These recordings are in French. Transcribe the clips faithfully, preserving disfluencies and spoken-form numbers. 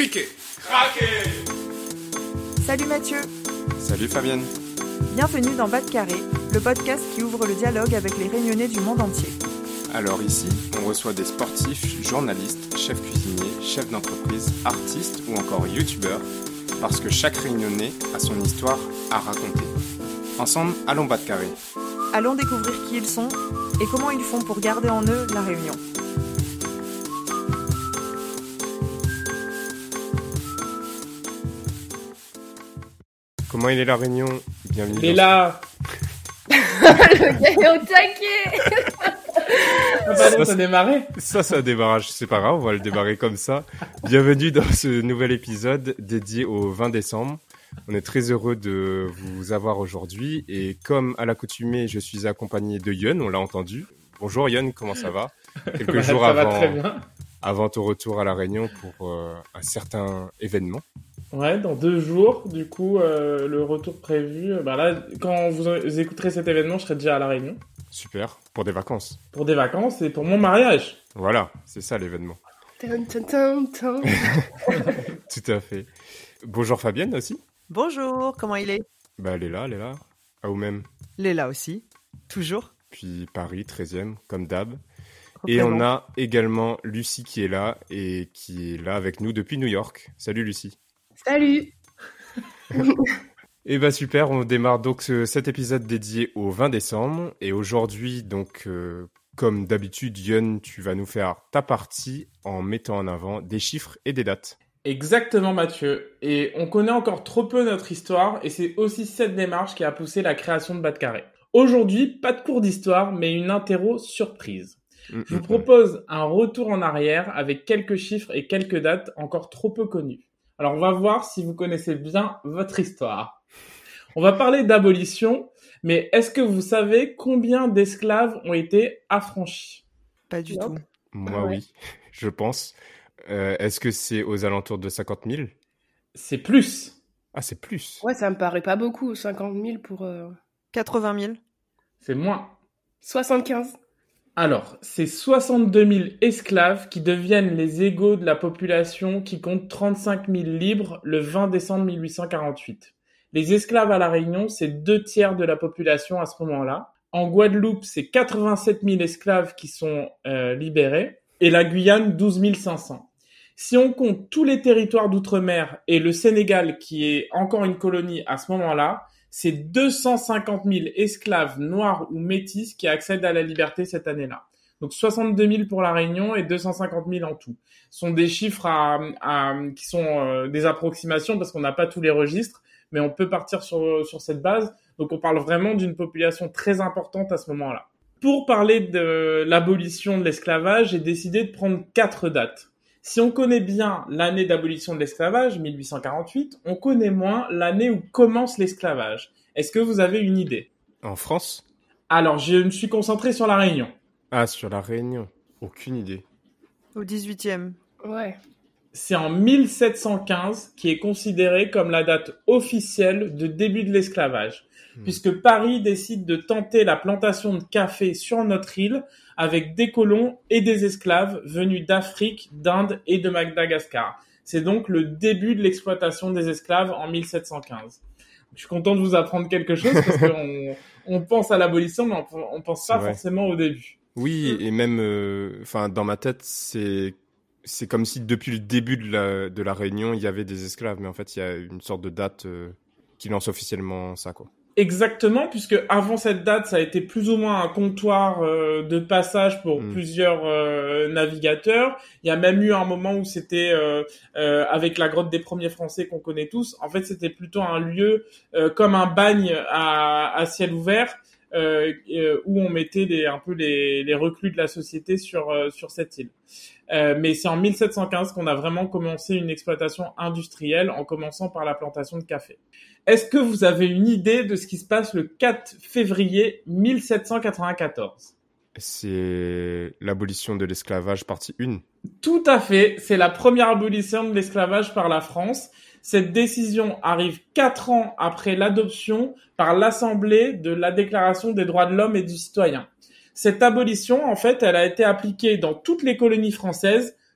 Criquet. Craqué. Salut Mathieu. Salut Fabienne. Bienvenue dans Bas de Carré, le podcast qui ouvre le dialogue avec les Réunionnais du monde entier. Alors ici, on reçoit des sportifs, journalistes, chefs cuisiniers, chefs d'entreprise, artistes ou encore youtubeurs, parce que chaque Réunionnais a son histoire à raconter. Ensemble, allons Bas de Carré. Allons découvrir qui ils sont et comment ils font pour garder en eux la Réunion. Comment il est la Réunion? Bienvenue. Il est là. Le gars est au taquet. Ah pardon, ça a démarré. Ça, c'est un démarrage, c'est pas grave, on va le démarrer comme ça. Bienvenue dans ce nouvel épisode dédié au vingt décembre. On est très heureux de vous avoir aujourd'hui et comme à l'accoutumée, je suis accompagné de Yon, on l'a entendu. Bonjour Yon, comment ça va? Quelques bah, jours ça avant, va très bien. avant ton retour à La Réunion pour euh, un certain événement. Ouais, dans deux jours, du coup, euh, le retour prévu. Bah là, quand vous écouterez cet événement, je serai déjà à La Réunion. Super, pour des vacances. Pour des vacances et pour mon mariage. Voilà, c'est ça l'événement. Tum, tum, tum, tum. Tout à fait. Bonjour Fabienne aussi. Bonjour, comment il est? Bah elle est là, elle est là. À vous-même. Il est là aussi, toujours. Puis Paris, treizième, comme d'hab. Et on a également Lucie qui est là et qui est là avec nous depuis New York. Salut Lucie. Salut. Et bah super, on démarre donc ce, cet épisode dédié au vingt décembre. Et aujourd'hui, donc, euh, comme d'habitude, Yon, tu vas nous faire ta partie en mettant en avant des chiffres et des dates. Exactement Mathieu. Et on connaît encore trop peu notre histoire et c'est aussi cette démarche qui a poussé la création de Bas de Carré. Aujourd'hui, pas de cours d'histoire, mais une interro surprise. Mmh, Je vous mmh, propose un retour en arrière avec quelques chiffres et quelques dates encore trop peu connues. Alors, on va voir si vous connaissez bien votre histoire. On va parler d'abolition, mais est-ce que vous savez combien d'esclaves ont été affranchis? Pas du Nope. tout. Moi, Ah ouais. oui, je pense. Euh, est-ce que c'est aux alentours de cinquante mille? C'est plus. Ah, c'est plus. Ouais, ça me paraît pas beaucoup, cinquante mille pour euh... quatre-vingt mille. C'est moins. soixante-quinze. Alors, c'est soixante-deux mille esclaves qui deviennent les égaux de la population qui compte trente-cinq mille libres le vingt décembre mille huit cent quarante-huit. Les esclaves à La Réunion, c'est deux tiers de la population à ce moment-là. En Guadeloupe, c'est quatre-vingt-sept mille esclaves qui sont euh, libérés et la Guyane, douze mille cinq cents. Si on compte tous les territoires d'outre-mer et le Sénégal qui est encore une colonie à ce moment-là, c'est deux cent cinquante mille esclaves noirs ou métis qui accèdent à la liberté cette année-là. Donc soixante-deux mille pour La Réunion et deux cent cinquante mille en tout. Ce sont des chiffres à, à, qui sont euh, des approximations parce qu'on n'a pas tous les registres, mais on peut partir sur, sur cette base. Donc on parle vraiment d'une population très importante à ce moment-là. Pour parler de l'abolition de l'esclavage, j'ai décidé de prendre quatre dates. Si on connaît bien l'année d'abolition de l'esclavage, mille huit cent quarante-huit, on connaît moins l'année où commence l'esclavage. Est-ce que vous avez une idée? En France? Alors, je me suis concentré sur La Réunion. Ah, sur La Réunion. Aucune idée. Au dix-huitième. Ouais. C'est en mille sept cent quinze qui est considéré comme la date officielle de début de l'esclavage, mmh. puisque Paris décide de tenter la plantation de café sur notre île avec des colons et des esclaves venus d'Afrique, d'Inde et de Madagascar. C'est donc le début de l'exploitation des esclaves en mille sept cent quinze. Je suis content de vous apprendre quelque chose parce qu'on on pense à l'abolition, mais on, on pense pas forcément au début. Oui, et même, enfin, euh, dans ma tête, c'est c'est comme si depuis le début de la de la Réunion, il y avait des esclaves, mais en fait, il y a une sorte de date euh, qui lance officiellement ça, quoi. Exactement, puisque avant cette date, ça a été plus ou moins un comptoir euh, de passage pour mmh. plusieurs euh, navigateurs. Il y a même eu un moment où c'était euh, euh, avec la grotte des premiers Français qu'on connaît tous. En fait, c'était plutôt un lieu euh, comme un bagne à, à ciel ouvert euh, euh, où on mettait les, un peu les, les reclus de la société sur euh, sur cette île. Euh, mais c'est en mille sept cent quinze qu'on a vraiment commencé une exploitation industrielle en commençant par la plantation de café. Est-ce que vous avez une idée de ce qui se passe le quatre février mille sept cent quatre-vingt-quatorze? C'est l'abolition de l'esclavage partie un. Tout à fait, c'est la première abolition de l'esclavage par la France. Cette décision arrive quatre ans après l'adoption par l'Assemblée de la Déclaration des droits de l'homme et du citoyen. Cette abolition, en fait, elle a été appliquée dans toutes les colonies françaises,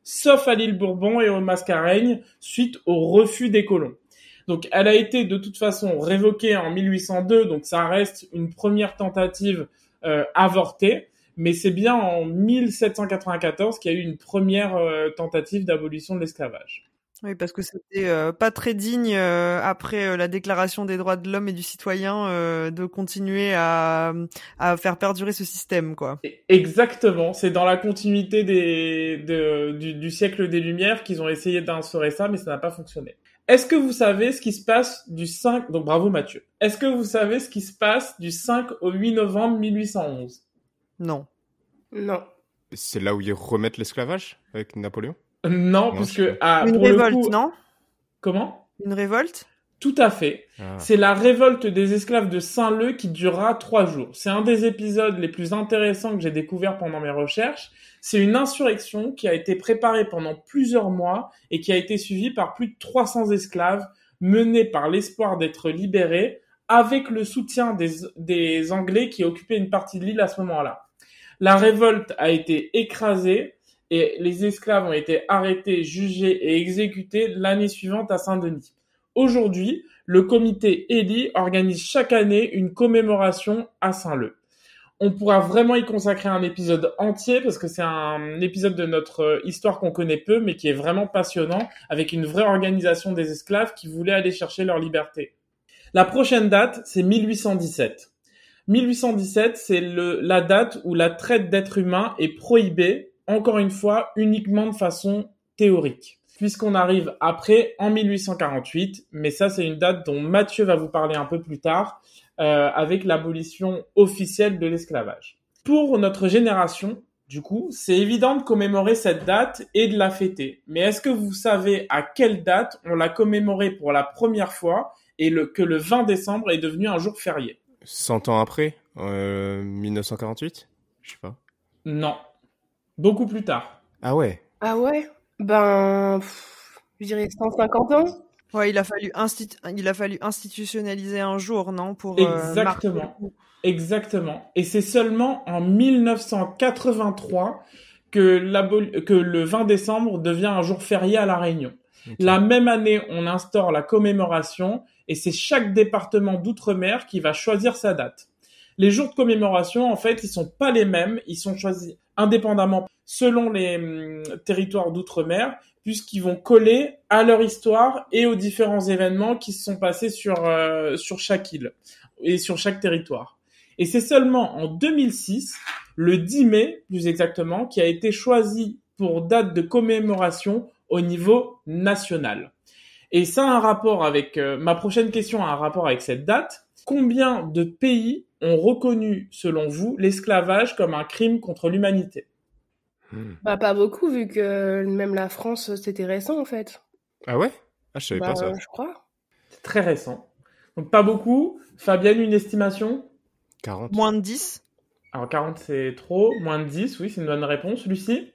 sauf à l'île Bourbon et aux Mascareignes, suite au refus des colons. Donc, elle a été de toute façon révoquée en mille huit cent deux, donc ça reste une première tentative euh, avortée, mais c'est bien en mille sept cent quatre-vingt-quatorze qu'il y a eu une première euh, tentative d'abolition de l'esclavage. Oui, parce que c'était euh, pas très digne, euh, après euh, la Déclaration des droits de l'homme et du citoyen, euh, de continuer à, à faire perdurer ce système, quoi. Exactement, c'est dans la continuité des, de, du, du siècle des Lumières qu'ils ont essayé d'instaurer ça, mais ça n'a pas fonctionné. Est-ce que vous savez ce qui se passe du cinq... Donc bravo Mathieu. Est-ce que vous savez ce qui se passe du cinq au huit novembre mille huit cent onze? Non. Non. C'est là où ils remettent l'esclavage avec Napoléon? Non, Non, puisque... je sais Ah, Une pour révolte, le coup... non? Comment? Une révolte? Tout à fait. Ah. C'est la révolte des esclaves de Saint-Leu qui durera trois jours. C'est un des épisodes les plus intéressants que j'ai découvert pendant mes recherches. C'est une insurrection qui a été préparée pendant plusieurs mois et qui a été suivie par plus de trois cents esclaves menés par l'espoir d'être libérés avec le soutien des, des Anglais qui occupaient une partie de l'île à ce moment-là. La révolte a été écrasée et les esclaves ont été arrêtés, jugés et exécutés l'année suivante à Saint-Denis. Aujourd'hui, le comité Élie organise chaque année une commémoration à Saint-Leu. On pourra vraiment y consacrer un épisode entier parce que c'est un épisode de notre histoire qu'on connaît peu mais qui est vraiment passionnant avec une vraie organisation des esclaves qui voulaient aller chercher leur liberté. La prochaine date, c'est mille huit cent dix-sept. mille huit cent dix-sept, c'est le, la date où la traite d'êtres humains est prohibée, encore une fois, uniquement de façon théorique. Puisqu'on arrive après, en mille huit cent quarante-huit, mais ça c'est une date dont Mathieu va vous parler un peu plus tard, euh, avec l'abolition officielle de l'esclavage. Pour notre génération, du coup, c'est évident de commémorer cette date et de la fêter. Mais est-ce que vous savez à quelle date on l'a commémorée pour la première fois et le, que le vingt décembre est devenu un jour férié? Cent ans après, euh, mille neuf cent quarante-huit? Je sais pas. Non. Beaucoup plus tard. Ah ouais. Ah ouais? Ben, pff, je dirais cent cinquante ans. Ouais, il a fallu instit- il a fallu institutionnaliser un jour, non, pour euh, Exactement. marquer le coup. Exactement. Et c'est seulement en mille neuf cent quatre-vingt-trois que, l'abol- que le vingt décembre devient un jour férié à La Réunion. Ok. La même année, on instaure la commémoration et c'est chaque département d'outre-mer qui va choisir sa date. Les jours de commémoration, en fait, ils sont pas les mêmes, ils sont choisis indépendamment selon les hum, territoires d'outre-mer, puisqu'ils vont coller à leur histoire et aux différents événements qui se sont passés sur euh, sur chaque île et sur chaque territoire. Et c'est seulement en deux mille six, le dix mai plus exactement, qui a été choisi pour date de commémoration au niveau national. Et ça a un rapport avec euh, ma prochaine question a un rapport avec cette date. Combien de pays ont reconnu, selon vous, l'esclavage comme un crime contre l'humanité? Hmm. Bah, pas beaucoup, vu que même la France, c'était récent, en fait. Ah ouais? Ah, je savais Bah, pas ça. je crois. C'est très récent. Donc pas beaucoup. Fabienne, une estimation? quarante. Moins de dix? Alors quarante, c'est trop. Moins de dix, oui, c'est une bonne réponse. Lucie?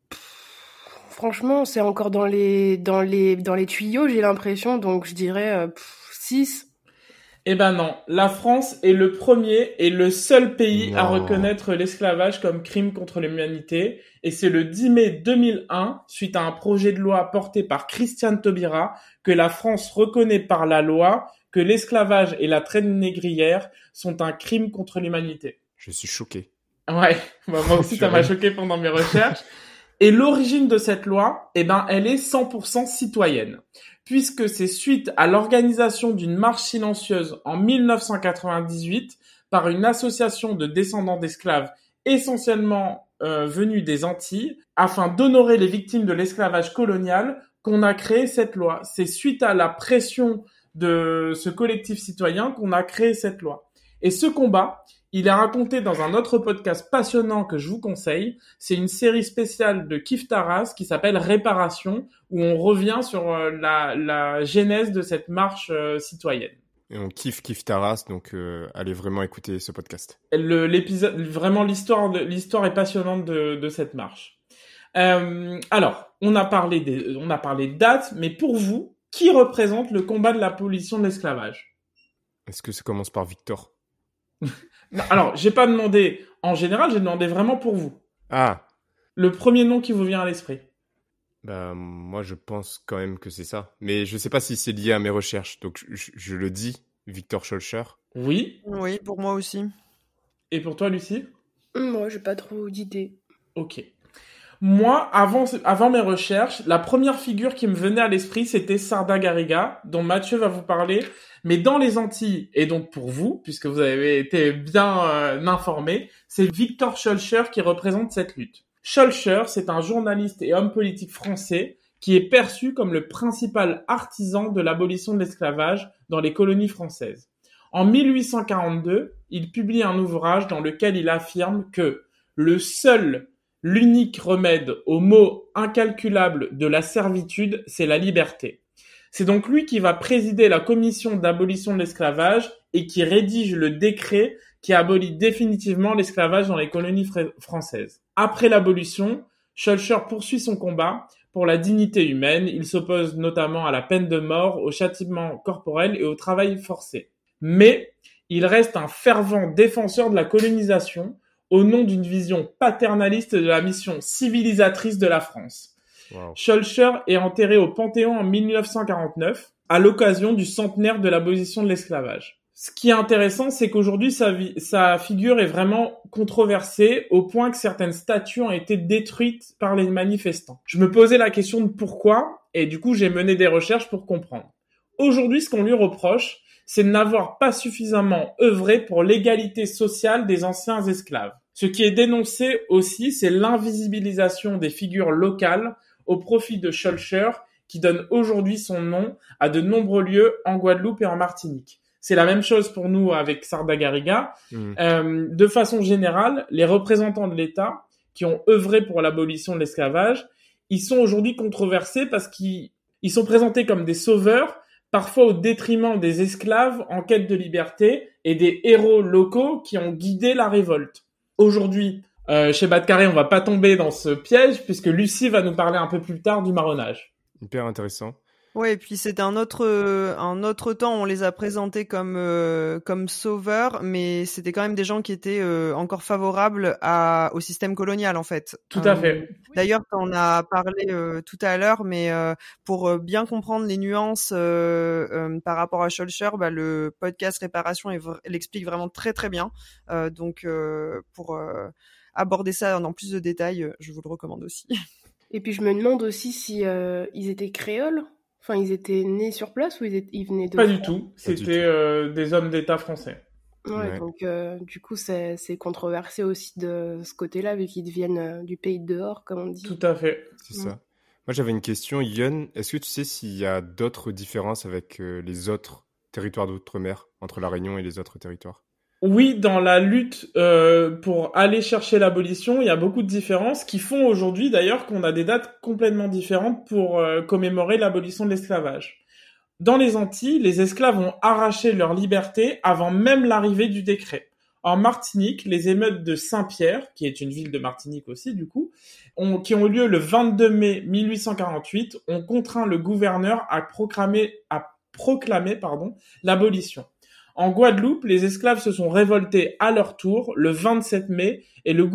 Franchement, c'est encore dans les, dans les, dans les tuyaux, j'ai l'impression, donc je dirais euh, pff, six. Eh ben non, la France est le premier et le seul pays à Non. reconnaître l'esclavage comme crime contre l'humanité. Et c'est le dix mai deux mille un, suite à un projet de loi porté par Christiane Taubira, que la France reconnaît par la loi que l'esclavage et la traite négrière sont un crime contre l'humanité. Je suis choqué. Ouais, bah, moi aussi ça m'a choqué pendant mes recherches. Et l'origine de cette loi, eh ben, elle est cent pour cent citoyenne, puisque c'est suite à l'organisation d'une marche silencieuse en mille neuf cent quatre-vingt-dix-huit par une association de descendants d'esclaves essentiellement euh, venus des Antilles, afin d'honorer les victimes de l'esclavage colonial, qu'on a créé cette loi. C'est suite à la pression de ce collectif citoyen qu'on a créé cette loi. Et ce combat, il est raconté dans un autre podcast passionnant que je vous conseille. C'est une série spéciale de Kif Taras qui s'appelle Réparation, où on revient sur euh, la, la genèse de cette marche euh, citoyenne. Et on kiffe Kif Taras, donc euh, allez vraiment écouter ce podcast. Le, l'épisode, vraiment l'histoire, de, l'histoire est passionnante de, de cette marche. Euh, alors, on a parlé des, on a parlé de dates, mais pour vous, qui représente le combat de l'abolition de l'esclavage? Est-ce que ça commence par Victor? Non, alors, j'ai pas demandé en général, j'ai demandé vraiment pour vous. Ah, Le premier nom qui vous vient à l'esprit. Bah, moi, je pense quand même que c'est ça. Mais je sais pas si c'est lié à mes recherches. Donc, je, je le dis, Victor Schœlcher. Oui. Oui, pour moi aussi. Et pour toi, Lucie? Moi, j'ai pas trop d'idées. Ok. Moi, avant, avant mes recherches, la première figure qui me venait à l'esprit, c'était Sarda Garriga, dont Mathieu va vous parler. Mais dans les Antilles, et donc pour vous, puisque vous avez été bien euh, informés, c'est Victor Schœlcher qui représente cette lutte. Schœlcher, c'est un journaliste et homme politique français qui est perçu comme le principal artisan de l'abolition de l'esclavage dans les colonies françaises. En mille huit cent quarante-deux, il publie un ouvrage dans lequel il affirme que le seul, l'unique remède au maux incalculable de la servitude, c'est la liberté. C'est donc lui qui va présider la commission d'abolition de l'esclavage et qui rédige le décret qui abolit définitivement l'esclavage dans les colonies fr- françaises. Après l'abolition, Schœlcher poursuit son combat pour la dignité humaine. Il s'oppose notamment à la peine de mort, au châtiment corporel et au travail forcé. Mais il reste un fervent défenseur de la colonisation au nom d'une vision paternaliste de la mission civilisatrice de la France. Wow. Schœlcher est enterré au Panthéon en mille neuf cent quarante-neuf à l'occasion du centenaire de l'abolition de l'esclavage. Ce qui est intéressant, c'est qu'aujourd'hui, sa, vi- sa figure est vraiment controversée au point que certaines statues ont été détruites par les manifestants. Je me posais la question de pourquoi, et du coup, j'ai mené des recherches pour comprendre. Aujourd'hui, ce qu'on lui reproche, c'est de n'avoir pas suffisamment œuvré pour l'égalité sociale des anciens esclaves. Ce qui est dénoncé aussi, c'est l'invisibilisation des figures locales au profit de Schœlcher, qui donne aujourd'hui son nom à de nombreux lieux en Guadeloupe et en Martinique. C'est la même chose pour nous avec Sarda Garriga. Mmh. Euh, de façon générale, les représentants de l'État qui ont œuvré pour l'abolition de l'esclavage, ils sont aujourd'hui controversés parce qu'ils ils sont présentés comme des sauveurs, parfois au détriment des esclaves en quête de liberté et des héros locaux qui ont guidé la révolte. Aujourd'hui, euh, chez Bas de Carré, on va pas tomber dans ce piège puisque Lucie va nous parler un peu plus tard du marronnage. Hyper intéressant. Ouais, et puis c'était un autre euh, un autre temps, on les a présentés comme euh, comme sauveurs, mais c'était quand même des gens qui étaient euh, encore favorables à au système colonial en fait. Tout à euh, fait. D'ailleurs, on a parlé euh, tout à l'heure, mais euh, pour euh, bien comprendre les nuances euh, euh, par rapport à Schœlcher, bah, le podcast Réparation est v- l'explique vraiment très très bien. Euh, donc euh, pour euh, aborder ça en plus de détails, je vous le recommande aussi. Et puis je me demande aussi si euh, ils étaient créoles. Enfin, ils étaient nés sur place ou ils, étaient, ils venaient de Pas France? du tout. C'était euh, des hommes d'État français. Ouais, Ouais. donc euh, du coup, c'est, c'est controversé aussi de ce côté-là, vu qu'ils deviennent euh, du pays de dehors, comme on dit. Tout à fait. C'est ça. Moi, j'avais une question. Yon, est-ce que tu sais s'il y a d'autres différences avec euh, les autres territoires d'outre-mer, entre La Réunion et les autres territoires? Oui, dans la lutte euh, pour aller chercher l'abolition, il y a beaucoup de différences qui font aujourd'hui d'ailleurs qu'on a des dates complètement différentes pour euh, commémorer l'abolition de l'esclavage. Dans les Antilles, les esclaves ont arraché leur liberté avant même l'arrivée du décret. En Martinique, les émeutes de Saint-Pierre, qui est une ville de Martinique aussi du coup, ont, qui ont lieu le vingt-deux mai mille huit cent quarante-huit, ont contraint le gouverneur à proclamer, à proclamer pardon, l'abolition. En Guadeloupe, les esclaves se sont révoltés à leur tour le vingt-sept mai et le,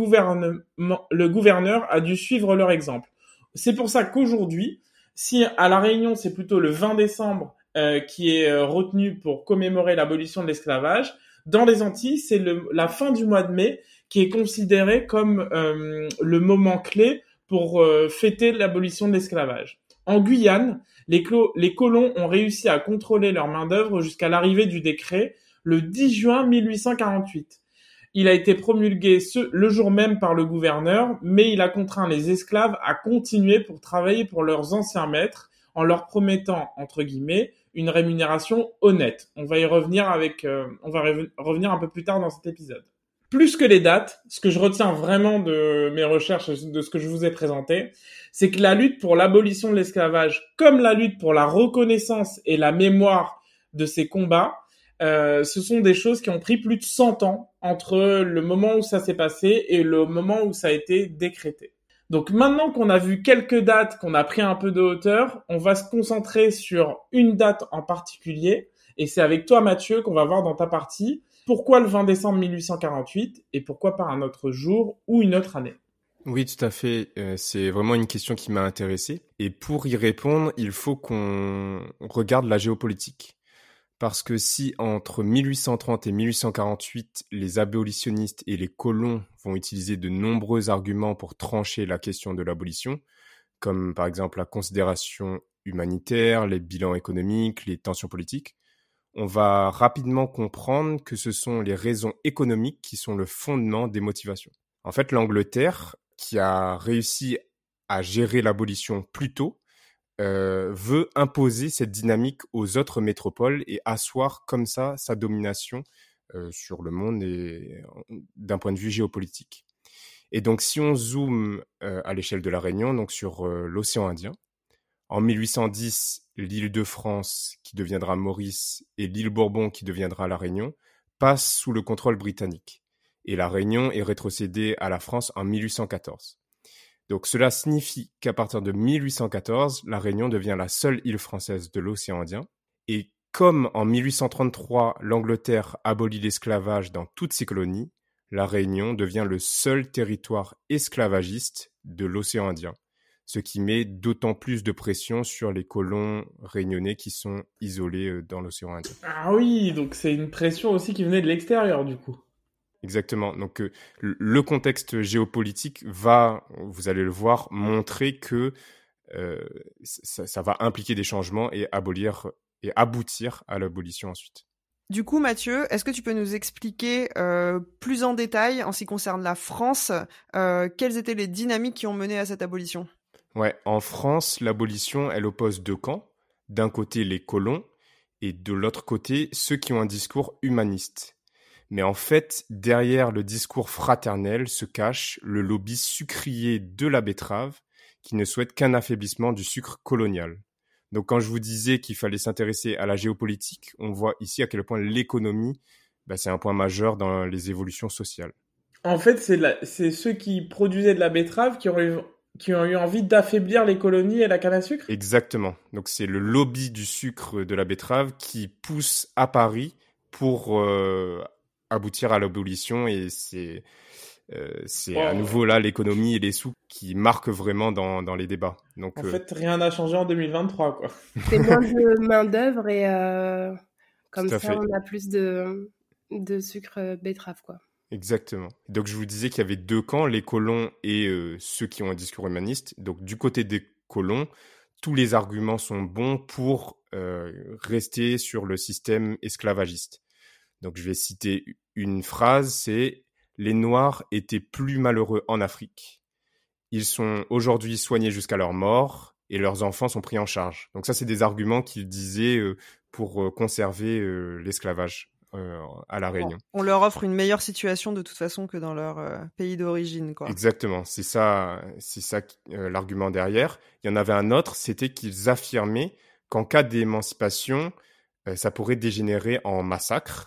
le gouverneur a dû suivre leur exemple. C'est pour ça qu'aujourd'hui, si à La Réunion c'est plutôt le vingt décembre euh, qui est euh, retenu pour commémorer l'abolition de l'esclavage, dans les Antilles c'est le, la fin du mois de mai qui est considéré comme euh, le moment clé pour euh, fêter l'abolition de l'esclavage. En Guyane, les, clo- les colons ont réussi à contrôler leur main-d'œuvre jusqu'à l'arrivée du décret le dix juin mille huit cent quarante-huit. Il a été promulgué ce, le jour même par le gouverneur, mais il a contraint les esclaves à continuer pour travailler pour leurs anciens maîtres en leur promettant, entre guillemets, une rémunération honnête. On va y revenir avec, euh, on va re- revenir un peu plus tard dans cet épisode. Plus que les dates, ce que je retiens vraiment de mes recherches, de ce que je vous ai présenté, c'est que la lutte pour l'abolition de l'esclavage, comme la lutte pour la reconnaissance et la mémoire de ces combats, euh, ce sont des choses qui ont pris plus de cent ans entre le moment où ça s'est passé et le moment où ça a été décrété. Donc maintenant qu'on a vu quelques dates, qu'on a pris un peu de hauteur, on va se concentrer sur une date en particulier, et c'est avec toi Mathieu qu'on va voir dans ta partie pourquoi le vingt décembre mille huit cent quarante-huit et pourquoi pas un autre jour ou une autre année. Oui, tout à fait. Euh, c'est vraiment une question qui m'a intéressé. Et pour y répondre, il faut qu'on regarde la géopolitique. Parce que si entre mille huit cent trente et mille huit cent quarante-huit, les abolitionnistes et les colons vont utiliser de nombreux arguments pour trancher la question de l'abolition, comme par exemple la considération humanitaire, les bilans économiques, les tensions politiques, on va rapidement comprendre que ce sont les raisons économiques qui sont le fondement des motivations. En fait, l'Angleterre, qui a réussi à gérer l'abolition plus tôt, euh, veut imposer cette dynamique aux autres métropoles et asseoir comme ça sa domination euh, sur le monde et d'un point de vue géopolitique. Et donc, si on zoome euh, à l'échelle de la Réunion, donc sur euh, l'océan Indien, en mille huit cent dix, l'île de France, qui deviendra Maurice, et l'île Bourbon, qui deviendra la Réunion, passent sous le contrôle britannique. Et la Réunion est rétrocédée à la France en mille huit cent quatorze. Donc cela signifie qu'à partir de mille huit cent quatorze, la Réunion devient la seule île française de l'océan Indien. Et comme en mille huit cent trente-trois, l'Angleterre abolit l'esclavage dans toutes ses colonies, la Réunion devient le seul territoire esclavagiste de l'océan Indien, ce qui met d'autant plus de pression sur les colons réunionnais qui sont isolés dans l'océan Indien. Ah oui, donc c'est une pression aussi qui venait de l'extérieur du coup. Exactement. Donc euh, le contexte géopolitique va, vous allez le voir, montrer que euh, ça, ça va impliquer des changements et abolir et aboutir à l'abolition ensuite. Du coup, Mathieu, est-ce que tu peux nous expliquer euh, plus en détail, en ce qui concerne la France, euh, quelles étaient les dynamiques qui ont mené à cette abolition ? Ouais, en France, l'abolition, elle oppose deux camps. D'un côté, les colons, et de l'autre côté, ceux qui ont un discours humaniste. Mais en fait, derrière le discours fraternel se cache le lobby sucrier de la betterave qui ne souhaite qu'un affaiblissement du sucre colonial. Donc quand je vous disais qu'il fallait s'intéresser à la géopolitique, on voit ici à quel point l'économie, bah, c'est un point majeur dans les évolutions sociales. En fait, c'est, la, c'est ceux qui produisaient de la betterave qui ont eu, qui ont eu envie d'affaiblir les colonies et la canne à sucre ? Exactement. Donc c'est le lobby du sucre de la betterave qui pousse à Paris pour euh, aboutir à l'abolition et c'est... Euh, c'est oh. à nouveau là l'économie et les sous qui marquent vraiment dans, dans les débats. Donc, en euh... fait, rien n'a changé en deux mille vingt-trois, quoi. C'est moins de main-d'œuvre et euh, comme ça, fait. on a plus de, de sucre betterave, quoi. Exactement. Donc, je vous disais qu'il y avait deux camps, les colons et euh, ceux qui ont un discours humaniste. Donc, du côté des colons, tous les arguments sont bons pour euh, rester sur le système esclavagiste. Donc, je vais citer une phrase, c'est « Les Noirs étaient plus malheureux en Afrique. Ils sont aujourd'hui soignés jusqu'à leur mort et leurs enfants sont pris en charge. » Donc ça, c'est des arguments qu'ils disaient euh, pour euh, conserver euh, l'esclavage euh, à La Réunion. On leur offre une meilleure situation de toute façon que dans leur euh, pays d'origine, quoi. Exactement, c'est ça, c'est ça euh, l'argument derrière. Il y en avait un autre, c'était qu'ils affirmaient qu'en cas d'émancipation, euh, ça pourrait dégénérer en massacre.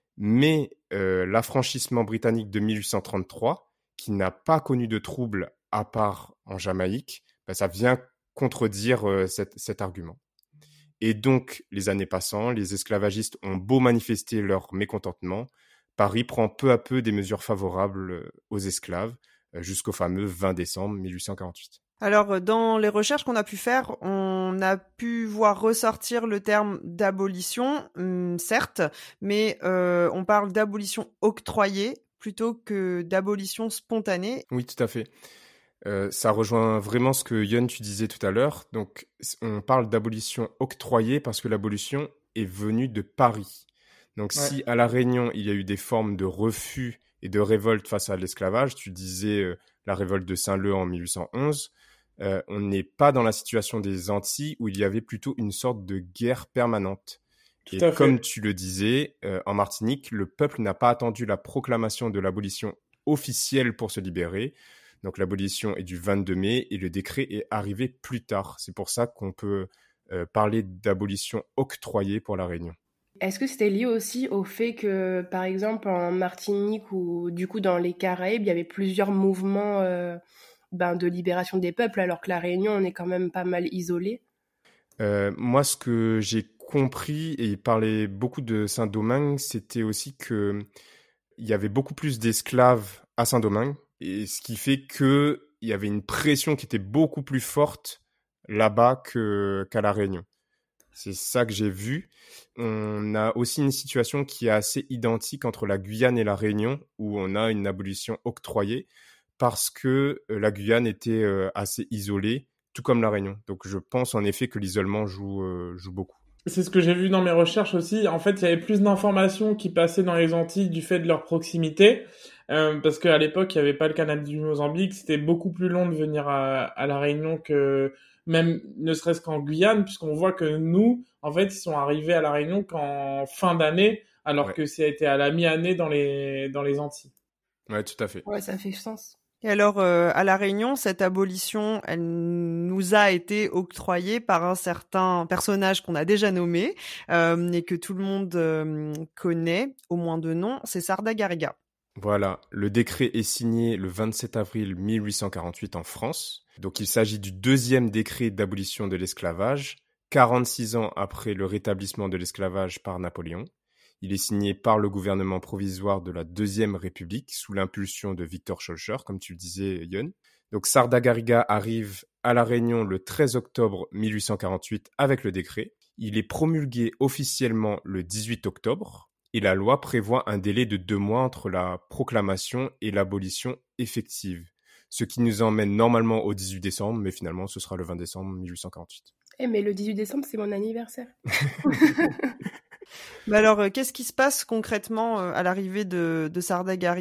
Mais euh, l'affranchissement britannique de mille huit cent trente-trois, qui n'a pas connu de troubles à part en Jamaïque, bah, ça vient contredire euh, cet, cet argument. Et donc, les années passant, les esclavagistes ont beau manifester leur mécontentement, Paris prend peu à peu des mesures favorables aux esclaves, euh, jusqu'au fameux vingt décembre mille huit cent quarante-huit. Alors, dans les recherches qu'on a pu faire, on a pu voir ressortir le terme d'abolition, hum, certes, mais euh, on parle d'abolition octroyée plutôt que d'abolition spontanée. Oui, tout à fait. Euh, ça rejoint vraiment ce que Yon, tu disais tout à l'heure. Donc, on parle d'abolition octroyée parce que l'abolition est venue de Paris. Donc, ouais. Si à La Réunion, il y a eu des formes de refus et de révolte face à l'esclavage, tu disais euh, la révolte de Saint-Leu en mille huit cent onze, Euh, on n'est pas dans la situation des Antilles où il y avait plutôt une sorte de guerre permanente. Tout et comme tu le disais, euh, en Martinique, le peuple n'a pas attendu la proclamation de l'abolition officielle pour se libérer. Donc l'abolition est du vingt-deux mai et le décret est arrivé plus tard. C'est pour ça qu'on peut euh, parler d'abolition octroyée pour La Réunion. Est-ce que c'était lié aussi au fait que, par exemple, en Martinique ou du coup dans les Caraïbes, il y avait plusieurs mouvements euh... Ben, de libération des peuples, alors que La Réunion, on est quand même pas mal isolé. Euh, moi, ce que j'ai compris, et il parlait beaucoup de Saint-Domingue, c'était aussi qu'il y avait beaucoup plus d'esclaves à Saint-Domingue Et ce qui fait qu'il y avait une pression qui était beaucoup plus forte là-bas que, qu'à La Réunion. C'est ça que j'ai vu. On a aussi une situation qui est assez identique entre la Guyane et la Réunion, où on a une abolition octroyée, parce que la Guyane était assez isolée, tout comme la Réunion. Donc je pense en effet que l'isolement joue, euh, joue beaucoup. C'est ce que j'ai vu dans mes recherches aussi. En fait, il y avait plus d'informations qui passaient dans les Antilles du fait de leur proximité. Euh, parce qu'à l'époque, il n'y avait pas le canal du Mozambique. C'était beaucoup plus long de venir à, à La Réunion que même ne serait-ce qu'en Guyane, puisqu'on voit que nous, en fait, ils sont arrivés à La Réunion qu'en fin d'année, alors ouais. que ça a été à la mi-année dans les, dans les Antilles. Ouais, tout à fait. Ouais, ça fait sens. Et alors, euh, à La Réunion, cette abolition, elle nous a été octroyée par un certain personnage qu'on a déjà nommé euh, et que tout le monde euh, connaît, au moins de nom, c'est Sarda Gariga. Voilà, le décret est signé le vingt-sept avril mille huit cent quarante-huit en France. Donc il s'agit du deuxième décret d'abolition de l'esclavage, quarante-six ans après le rétablissement de l'esclavage par Napoléon. Il est signé par le gouvernement provisoire de la Deuxième République sous l'impulsion de Victor Schœlcher, comme tu le disais, Yon. Donc Sarda Gariga arrive à La Réunion le treize octobre mille huit cent quarante-huit avec le décret. Il est promulgué officiellement le dix-huit octobre et la loi prévoit un délai de deux mois entre la proclamation et l'abolition effective. Ce qui nous emmène normalement au dix-huit décembre, mais finalement ce sera le vingt décembre mille huit cent quarante-huit. Eh mais le dix-huit décembre, c'est mon anniversaire. Mais alors, euh, qu'est-ce qui se passe concrètement euh, à l'arrivée de, de Sarda Gariga ?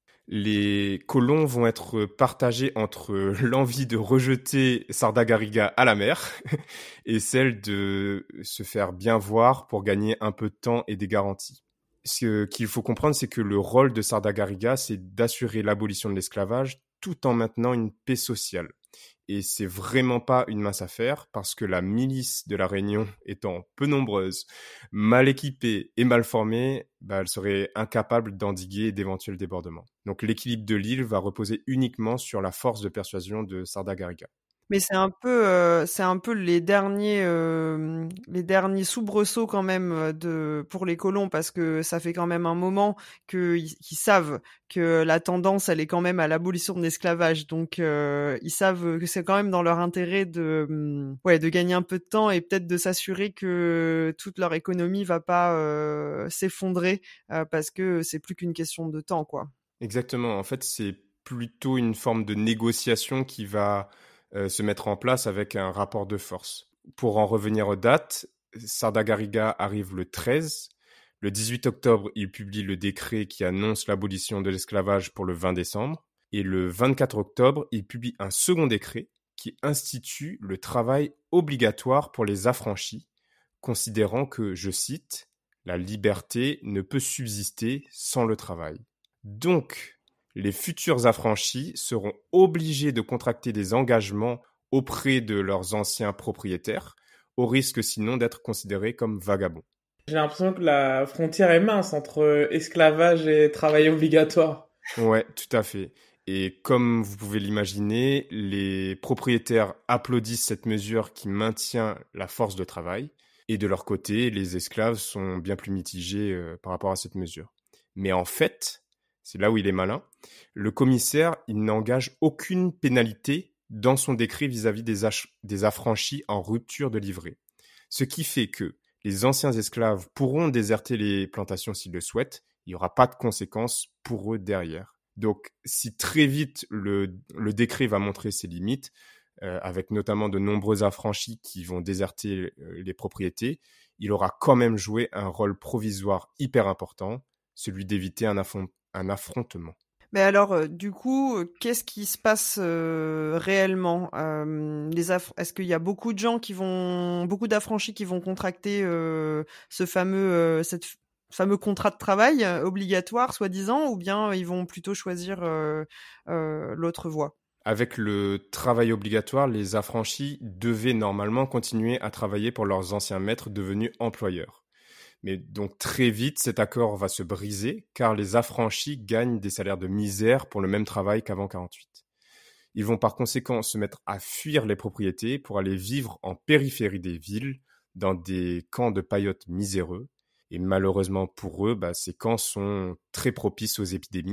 Les colons vont être partagés entre l'envie de rejeter Sarda Gariga à la mer et celle de se faire bien voir pour gagner un peu de temps et des garanties. Ce qu'il faut comprendre, c'est que le rôle de Sarda Gariga, c'est d'assurer l'abolition de l'esclavage tout en maintenant une paix sociale. Et c'est vraiment pas une mince affaire parce que la milice de la Réunion étant peu nombreuse, mal équipée et mal formée, bah, elle serait incapable d'endiguer d'éventuels débordements. Donc l'équilibre de l'île va reposer uniquement sur la force de persuasion de Sarda Gariga. Mais c'est un peu, euh, c'est un peu les derniers, euh, les derniers soubresauts quand même de pour les colons parce que ça fait quand même un moment qu'ils qu'ils savent que la tendance elle est quand même à l'abolition de l'esclavage, donc euh, ils savent que c'est quand même dans leur intérêt de, ouais, de gagner un peu de temps et peut-être de s'assurer que toute leur économie va pas euh, s'effondrer euh, parce que c'est plus qu'une question de temps, quoi. Exactement. En fait, c'est plutôt une forme de négociation qui va Euh, se mettre en place avec un rapport de force. Pour en revenir aux dates, Sarda Gariga arrive le treize. Le dix-huit octobre, il publie le décret qui annonce l'abolition de l'esclavage pour le vingt décembre. Et le vingt-quatre octobre, il publie un second décret qui institue le travail obligatoire pour les affranchis, considérant que, je cite, « la liberté ne peut subsister sans le travail ». Donc, les futurs affranchis seront obligés de contracter des engagements auprès de leurs anciens propriétaires, au risque sinon d'être considérés comme vagabonds. J'ai l'impression que la frontière est mince entre esclavage et travail obligatoire. Ouais, tout à fait. Et comme vous pouvez l'imaginer, les propriétaires applaudissent cette mesure qui maintient la force de travail. Et de leur côté, les esclaves sont bien plus mitigés euh, par rapport à cette mesure. Mais en fait, c'est là où il est malin, le commissaire, il n'engage aucune pénalité dans son décret vis-à-vis des, ach- des affranchis en rupture de livret. Ce qui fait que les anciens esclaves pourront déserter les plantations s'ils le souhaitent, il n'y aura pas de conséquences pour eux derrière. Donc, si très vite le, le décret va montrer ses limites, euh, avec notamment de nombreux affranchis qui vont déserter euh, les propriétés, il aura quand même joué un rôle provisoire hyper important, celui d'éviter un affrontement. un affrontement. Mais alors, euh, du coup, euh, qu'est-ce qui se passe euh, réellement euh, les aff- Est-ce qu'il y a beaucoup de gens qui vont, beaucoup d'affranchis qui vont contracter euh, ce fameux, euh, cette f- fameux contrat de travail euh, obligatoire, soi-disant, ou bien ils vont plutôt choisir euh, euh, l'autre voie? Avec le travail obligatoire, les affranchis devaient normalement continuer à travailler pour leurs anciens maîtres devenus employeurs. Mais donc très vite, cet accord va se briser car les affranchis gagnent des salaires de misère pour le même travail qu'avant quarante-huit. Ils vont par conséquent se mettre à fuir les propriétés pour aller vivre en périphérie des villes, dans des camps de paillotes miséreux. Et malheureusement pour eux, bah, ces camps sont très propices aux épidémies.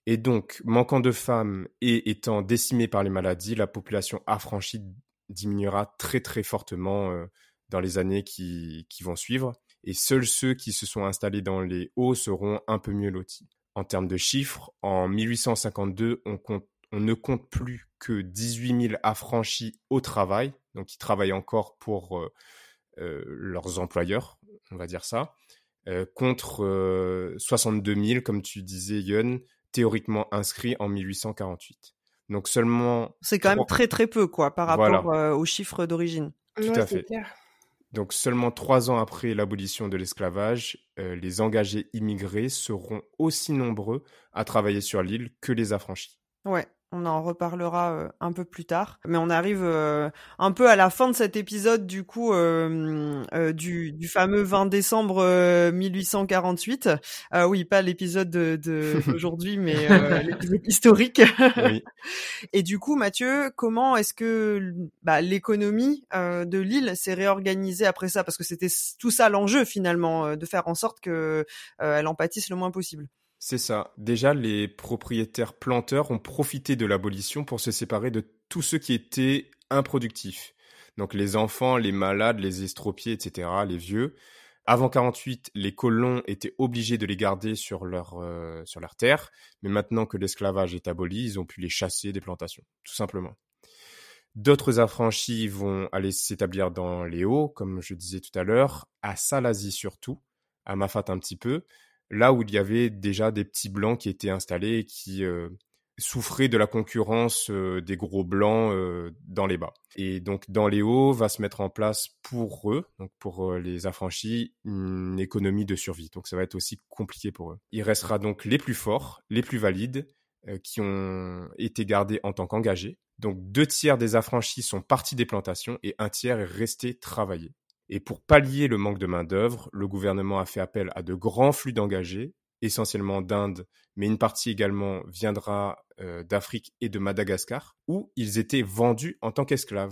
Et donc, manquant de femmes et étant décimée par les maladies, la population affranchie diminuera très très fortement euh, dans les années qui, qui vont suivre. Et seuls ceux qui se sont installés dans les hauts seront un peu mieux lotis. En termes de chiffres, en mille huit cent cinquante-deux, on, compte, on ne compte plus que dix-huit mille affranchis au travail, donc qui travaillent encore pour euh, euh, leurs employeurs, on va dire ça, euh, contre euh, soixante-deux mille, comme tu disais, Youn, théoriquement inscrits en mille huit cent quarante-huit. Donc seulement... C'est quand même très très peu, quoi, par Voilà. rapport euh, aux chiffres d'origine. Tout Ouais, à c'est fait. clair. Donc seulement trois ans après l'abolition de l'esclavage, euh, les engagés immigrés seront aussi nombreux à travailler sur l'île que les affranchis. Ouais, on en reparlera euh, un peu plus tard. Mais on arrive euh, un peu à la fin de cet épisode, du coup, euh, euh, du, du fameux vingt décembre euh, mille huit cent quarante-huit. Euh, oui, pas l'épisode de, de, d'aujourd'hui, mais euh, l'épisode historique. Oui. Et du coup, Mathieu, comment est-ce que bah, l'économie euh, de l'île s'est réorganisée après ça? Parce que c'était tout ça l'enjeu, finalement, euh, de faire en sorte que euh, elle en pâtisse le moins possible. C'est ça. Déjà, les propriétaires planteurs ont profité de l'abolition pour se séparer de tous ceux qui étaient improductifs. Donc les enfants, les malades, les estropiés, et cetera, les vieux. Avant quarante-huit, les colons étaient obligés de les garder sur leur, euh, sur leur terre, mais maintenant que l'esclavage est aboli, ils ont pu les chasser des plantations, tout simplement. D'autres affranchis vont aller s'établir dans les hauts, comme je disais tout à l'heure, à Salazie surtout, à Mafat un petit peu, là où il y avait déjà des petits blancs qui étaient installés et qui euh, souffraient de la concurrence euh, des gros blancs euh, dans les bas. Et donc dans les hauts va se mettre en place pour eux, donc pour euh, les affranchis, une économie de survie. Donc ça va être aussi compliqué pour eux. Il restera donc les plus forts, les plus valides, euh, qui ont été gardés en tant qu'engagés. Donc deux tiers des affranchis sont partis des plantations et un tiers est resté travailler. Et pour pallier le manque de main-d'œuvre, le gouvernement a fait appel à de grands flux d'engagés, essentiellement d'Inde, mais une partie également viendra euh, d'Afrique et de Madagascar, où ils étaient vendus en tant qu'esclaves.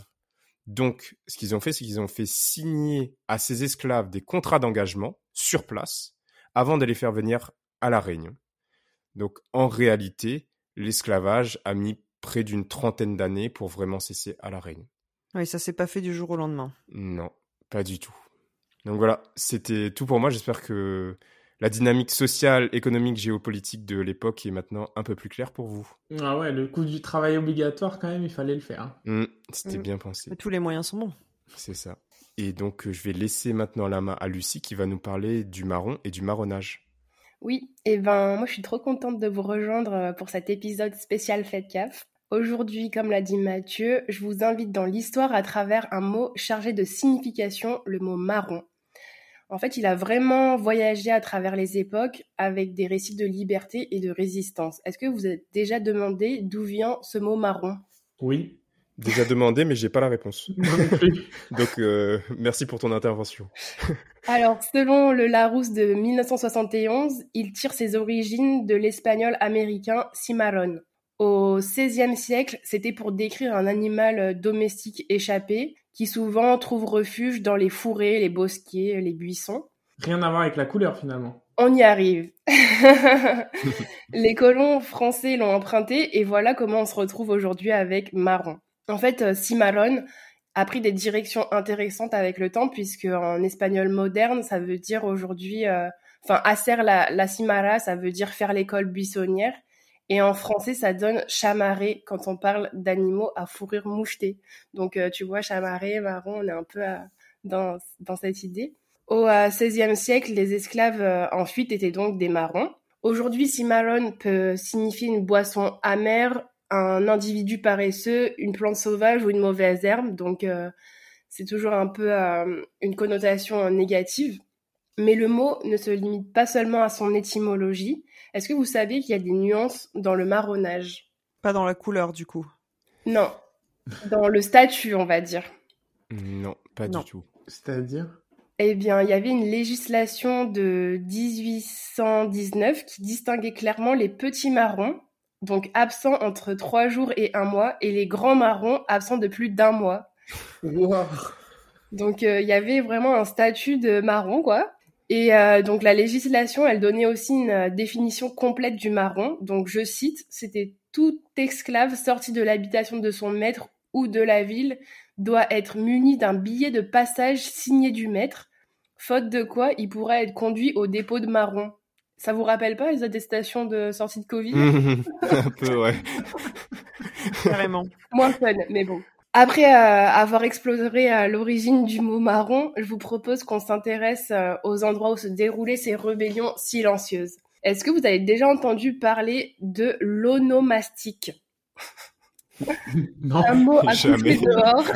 Donc, ce qu'ils ont fait, c'est qu'ils ont fait signer à ces esclaves des contrats d'engagement sur place, avant de les faire venir à La Réunion. Donc, en réalité, l'esclavage a mis près d'une trentaine d'années pour vraiment cesser à La Réunion. Oui, ça s'est pas fait du jour au lendemain. Non. Pas du tout. Donc voilà, c'était tout pour moi. J'espère que la dynamique sociale, économique, géopolitique de l'époque est maintenant un peu plus claire pour vous. Ah ouais, le coup du travail obligatoire, quand même, il fallait le faire. Mmh, c'était mmh. bien pensé. Tous les moyens sont bons. C'est ça. Et donc, je vais laisser maintenant la main à Lucie qui va nous parler du marron et du marronnage. Oui, et ben moi je suis trop contente de vous rejoindre pour cet épisode spécial Fête C A F. Aujourd'hui, comme l'a dit Mathieu, je vous invite dans l'histoire à travers un mot chargé de signification, le mot marron. En fait, il a vraiment voyagé à travers les époques avec des récits de liberté et de résistance. Est-ce que vous vous êtes déjà demandé d'où vient ce mot marron ? Oui. Déjà demandé, mais j'ai pas la réponse. Donc, euh, merci pour ton intervention. Alors, selon le Larousse de dix-neuf cent soixante et onze, il tire ses origines de l'espagnol américain cimarrón. Au seizième siècle, c'était pour décrire un animal domestique échappé qui souvent trouve refuge dans les fourrés, les bosquets, les buissons. Rien à voir avec la couleur finalement. On y arrive. Les colons français l'ont emprunté et voilà comment on se retrouve aujourd'hui avec marron. En fait, cimarrón a pris des directions intéressantes avec le temps puisque en espagnol moderne, ça veut dire aujourd'hui, euh, enfin, hacer la, la cimarra, ça veut dire faire l'école buissonnière. Et en français, ça donne chamarré quand on parle d'animaux à fourrure mouchetée. Donc, euh, tu vois, chamarré, marron, on est un peu à, dans, dans cette idée. Au euh, seizième siècle, les esclaves euh, en fuite étaient donc des marrons. Aujourd'hui, cimarrón peut signifier une boisson amère, un individu paresseux, une plante sauvage ou une mauvaise herbe. Donc, euh, c'est toujours un peu euh, une connotation négative. Mais le mot ne se limite pas seulement à son étymologie. Est-ce que vous savez qu'il y a des nuances dans le marronnage ? Pas dans la couleur, du coup. Non, dans le statut, on va dire. Non, pas non. du tout. C'est-à-dire ? Eh bien, il y avait une législation de dix-huit cent dix-neuf qui distinguait clairement les petits marrons, donc absents entre trois jours et un mois, et les grands marrons absents de plus d'un mois. Wow. Donc, il euh, y avait vraiment un statut de marron, quoi. Et euh, donc la législation, elle donnait aussi une euh, définition complète du marron. Donc je cite, c'était tout esclave sorti de l'habitation de son maître ou de la ville doit être muni d'un billet de passage signé du maître, faute de quoi il pourrait être conduit au dépôt de marron. Ça vous rappelle pas les attestations de sortie de Covid? Un peu, ouais. Carrément. Moins fun, mais bon. Après euh, avoir exploré euh, l'origine du mot marron, je vous propose qu'on s'intéresse euh, aux endroits où se déroulaient ces rébellions silencieuses. Est-ce que vous avez déjà entendu parler de l'onomastique? Non, Un mot à jamais. coucher dehors.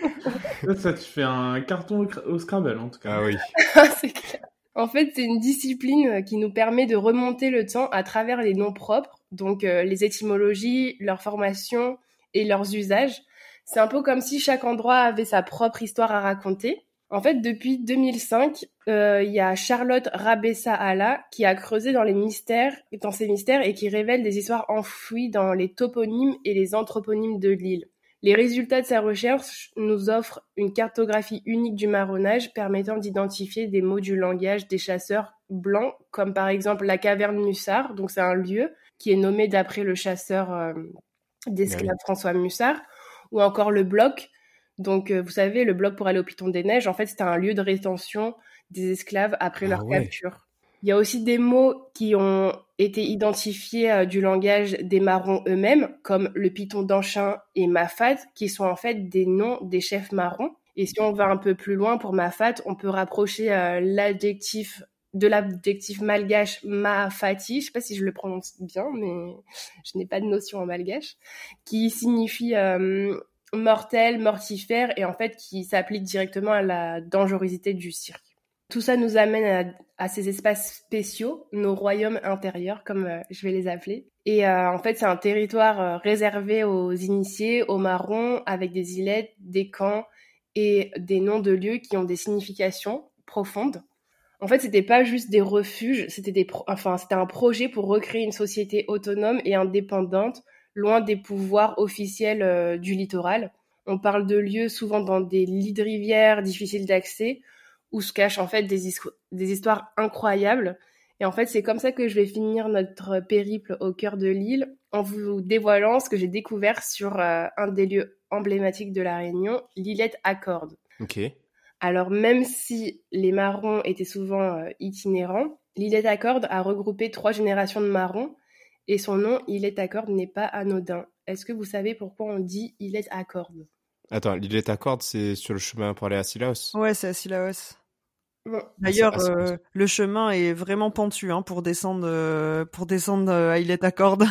ça, ça, tu fais un carton au Scrabble, en tout cas. Ah oui. C'est clair. En fait, c'est une discipline qui nous permet de remonter le temps à travers les noms propres, donc euh, les étymologies, leur formation et leurs usages. C'est un peu comme si chaque endroit avait sa propre histoire à raconter. En fait, depuis deux mille cinq, euh, il y a Charlotte Rabessa-Alla qui a creusé dans les mystères, dans ces mystères et qui révèle des histoires enfouies dans les toponymes et les anthroponymes de l'île. Les résultats de sa recherche nous offrent une cartographie unique du marronnage permettant d'identifier des mots du langage des chasseurs blancs, comme par exemple la caverne Mussard, donc c'est un lieu qui est nommé d'après le chasseur euh, d'esclaves oui. François Mussard, ou encore le bloc. Donc, euh, vous savez, le bloc pour aller au Piton des Neiges, en fait, c'était un lieu de rétention des esclaves après ah, leur ouais. capture. Il y a aussi des mots qui ont été identifiés euh, du langage des marrons eux-mêmes, comme le Piton d'Anchin et Mafat, qui sont en fait des noms des chefs marrons. Et si on va un peu plus loin, pour Mafat, on peut rapprocher euh, l'adjectif de l'adjectif malgache Maafati, je sais pas si je le prononce bien, mais je n'ai pas de notion en malgache, qui signifie euh, mortel, mortifère, et en fait qui s'applique directement à la dangerosité du cirque. Tout ça nous amène à, à ces espaces spéciaux, nos royaumes intérieurs, comme euh, je vais les appeler. Et euh, en fait, c'est un territoire euh, réservé aux initiés, aux marrons, avec des îlettes, des camps et des noms de lieux qui ont des significations profondes. En fait, c'était pas juste des refuges, c'était des pro- enfin, c'était un projet pour recréer une société autonome et indépendante, loin des pouvoirs officiels euh, du littoral. On parle de lieux souvent dans des lits de rivières difficiles d'accès, où se cachent en fait des, is- des histoires incroyables. Et en fait, c'est comme ça que je vais finir notre périple au cœur de l'île, en vous dévoilant ce que j'ai découvert sur euh, un des lieux emblématiques de la Réunion, l'îlette Accorde. Ok. Alors, même si les marrons étaient souvent euh, itinérants, l'îlette Accorde a regroupé trois générations de marrons, et son nom, îlette Accorde, n'est pas anodin. Est-ce que vous savez pourquoi on dit îlette Accorde? Attends, l'îlette Accorde, c'est sur le chemin pour aller à Sillaos? Ouais, c'est à Sillaos. Bon. D'ailleurs, euh, le chemin est vraiment pentu hein, pour descendre, euh, pour descendre euh, à îlette Accorde.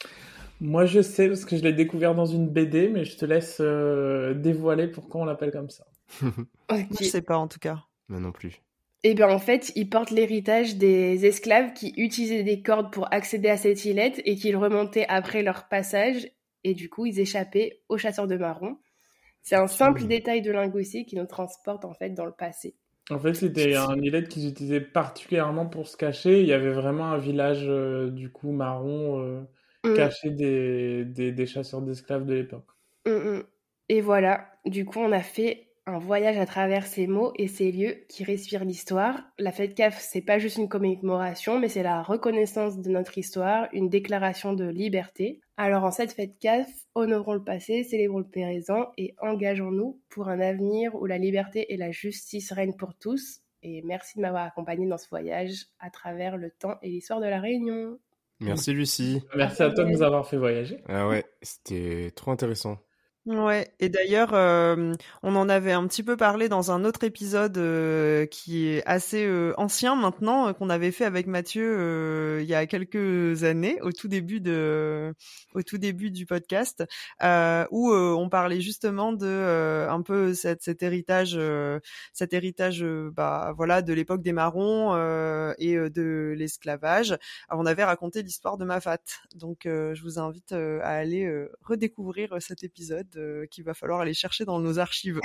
Moi, je sais parce que je l'ai découvert dans une B D, mais je te laisse euh, dévoiler pourquoi on l'appelle comme ça. Okay. Je sais pas en tout cas. Moi non plus. Eh bien, en fait, il porte l'héritage des esclaves qui utilisaient des cordes pour accéder à cette îlette et qu'ils remontaient après leur passage, et du coup, ils échappaient aux chasseurs de marrons. C'est un simple oui. détail de linguistique qui nous transporte en fait dans le passé. En fait, c'était un îlette qu'ils utilisaient particulièrement pour se cacher. Il y avait vraiment un village euh, du coup marron euh, mmh. caché des, des, des chasseurs d'esclaves de l'époque. Mmh. Et voilà, du coup, on a fait un voyage à travers ces mots et ces lieux qui respirent l'histoire. La fête C A F, c'est pas juste une commémoration, mais c'est la reconnaissance de notre histoire, une déclaration de liberté. Alors en cette fête C A F, honorons le passé, célébrons le présent et engageons-nous pour un avenir où la liberté et la justice règnent pour tous. Et merci de m'avoir accompagnée dans ce voyage à travers le temps et l'histoire de la Réunion. Merci Lucie. Merci à toi de nous avoir fait voyager. Ah ouais, c'était trop intéressant. Ouais, et d'ailleurs, euh, on en avait un petit peu parlé dans un autre épisode euh, qui est assez euh, ancien maintenant, euh, qu'on avait fait avec Mathieu euh, il y a quelques années, au tout début de, au tout début du podcast, euh, où euh, on parlait justement de euh, un peu cette, cet héritage, euh, cet héritage, euh, bah voilà, de l'époque des marrons euh, et euh, de l'esclavage. Alors, on avait raconté l'histoire de Mafat, donc euh, je vous invite euh, à aller euh, redécouvrir cet épisode. Euh, qu'il va falloir aller chercher dans nos archives.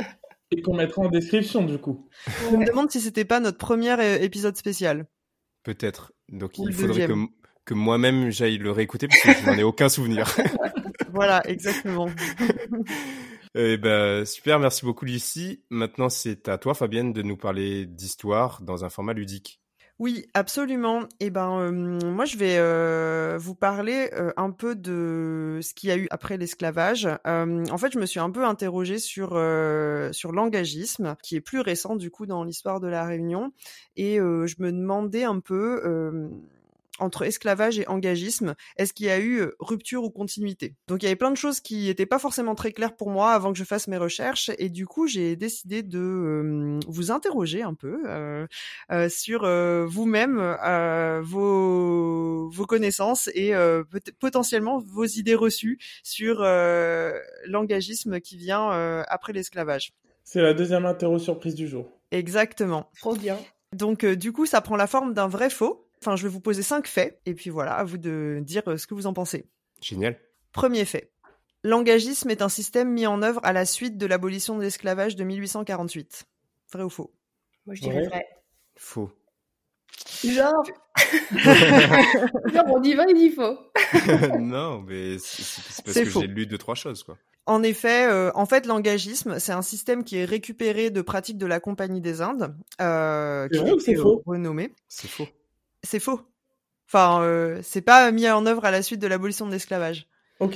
Et qu'on mettra en description, du coup. Je me demande si c'était pas notre premier épisode spécial. Peut-être. Donc, Ou il faudrait que, que moi-même j'aille le réécouter parce que je n'en ai aucun souvenir. Voilà, exactement. Eh ben, super, merci beaucoup Lucie. Maintenant, c'est à toi Fabienne de nous parler d'histoire dans un format ludique. Oui, absolument. Et ben, euh, moi, je vais euh, vous parler euh, un peu de ce qu'il y a eu après l'esclavage. Euh, en fait, je me suis un peu interrogée sur euh, sur l'engagisme, qui est plus récent du coup dans l'histoire de la Réunion, et euh, je me demandais un peu. Euh, entre esclavage et engagisme, est-ce qu'il y a eu rupture ou continuité? Donc il y avait plein de choses qui n'étaient pas forcément très claires pour moi avant que je fasse mes recherches, et du coup j'ai décidé de euh, vous interroger un peu euh, euh, sur euh, vous-même, euh, vos, vos connaissances et euh, peut- potentiellement vos idées reçues sur euh, l'engagisme qui vient euh, après l'esclavage. C'est la deuxième interro surprise du jour. Exactement. Trop bien. Donc euh, du coup ça prend la forme d'un vrai faux. Enfin, je vais vous poser cinq faits, et puis voilà, à vous de dire ce que vous en pensez. Génial. Premier fait. L'engagisme est un système mis en œuvre à la suite de l'abolition de l'esclavage de mille huit cent quarante-huit. Vrai ou faux? Moi, je dirais Ouais. vrai. Faux. Genre, genre on dit vrai, il dit faux. Non, mais c'est, c'est- c'est parce C'est que faux. j'ai lu deux, trois choses, quoi. En effet, euh, en fait, l'engagisme, c'est un système qui est récupéré de pratiques de la Compagnie des Indes, euh, C'est qui vrai ou c'est est faux? renommée. C'est faux. C'est faux. Enfin, euh, c'est pas mis en œuvre à la suite de l'abolition de l'esclavage. Ok.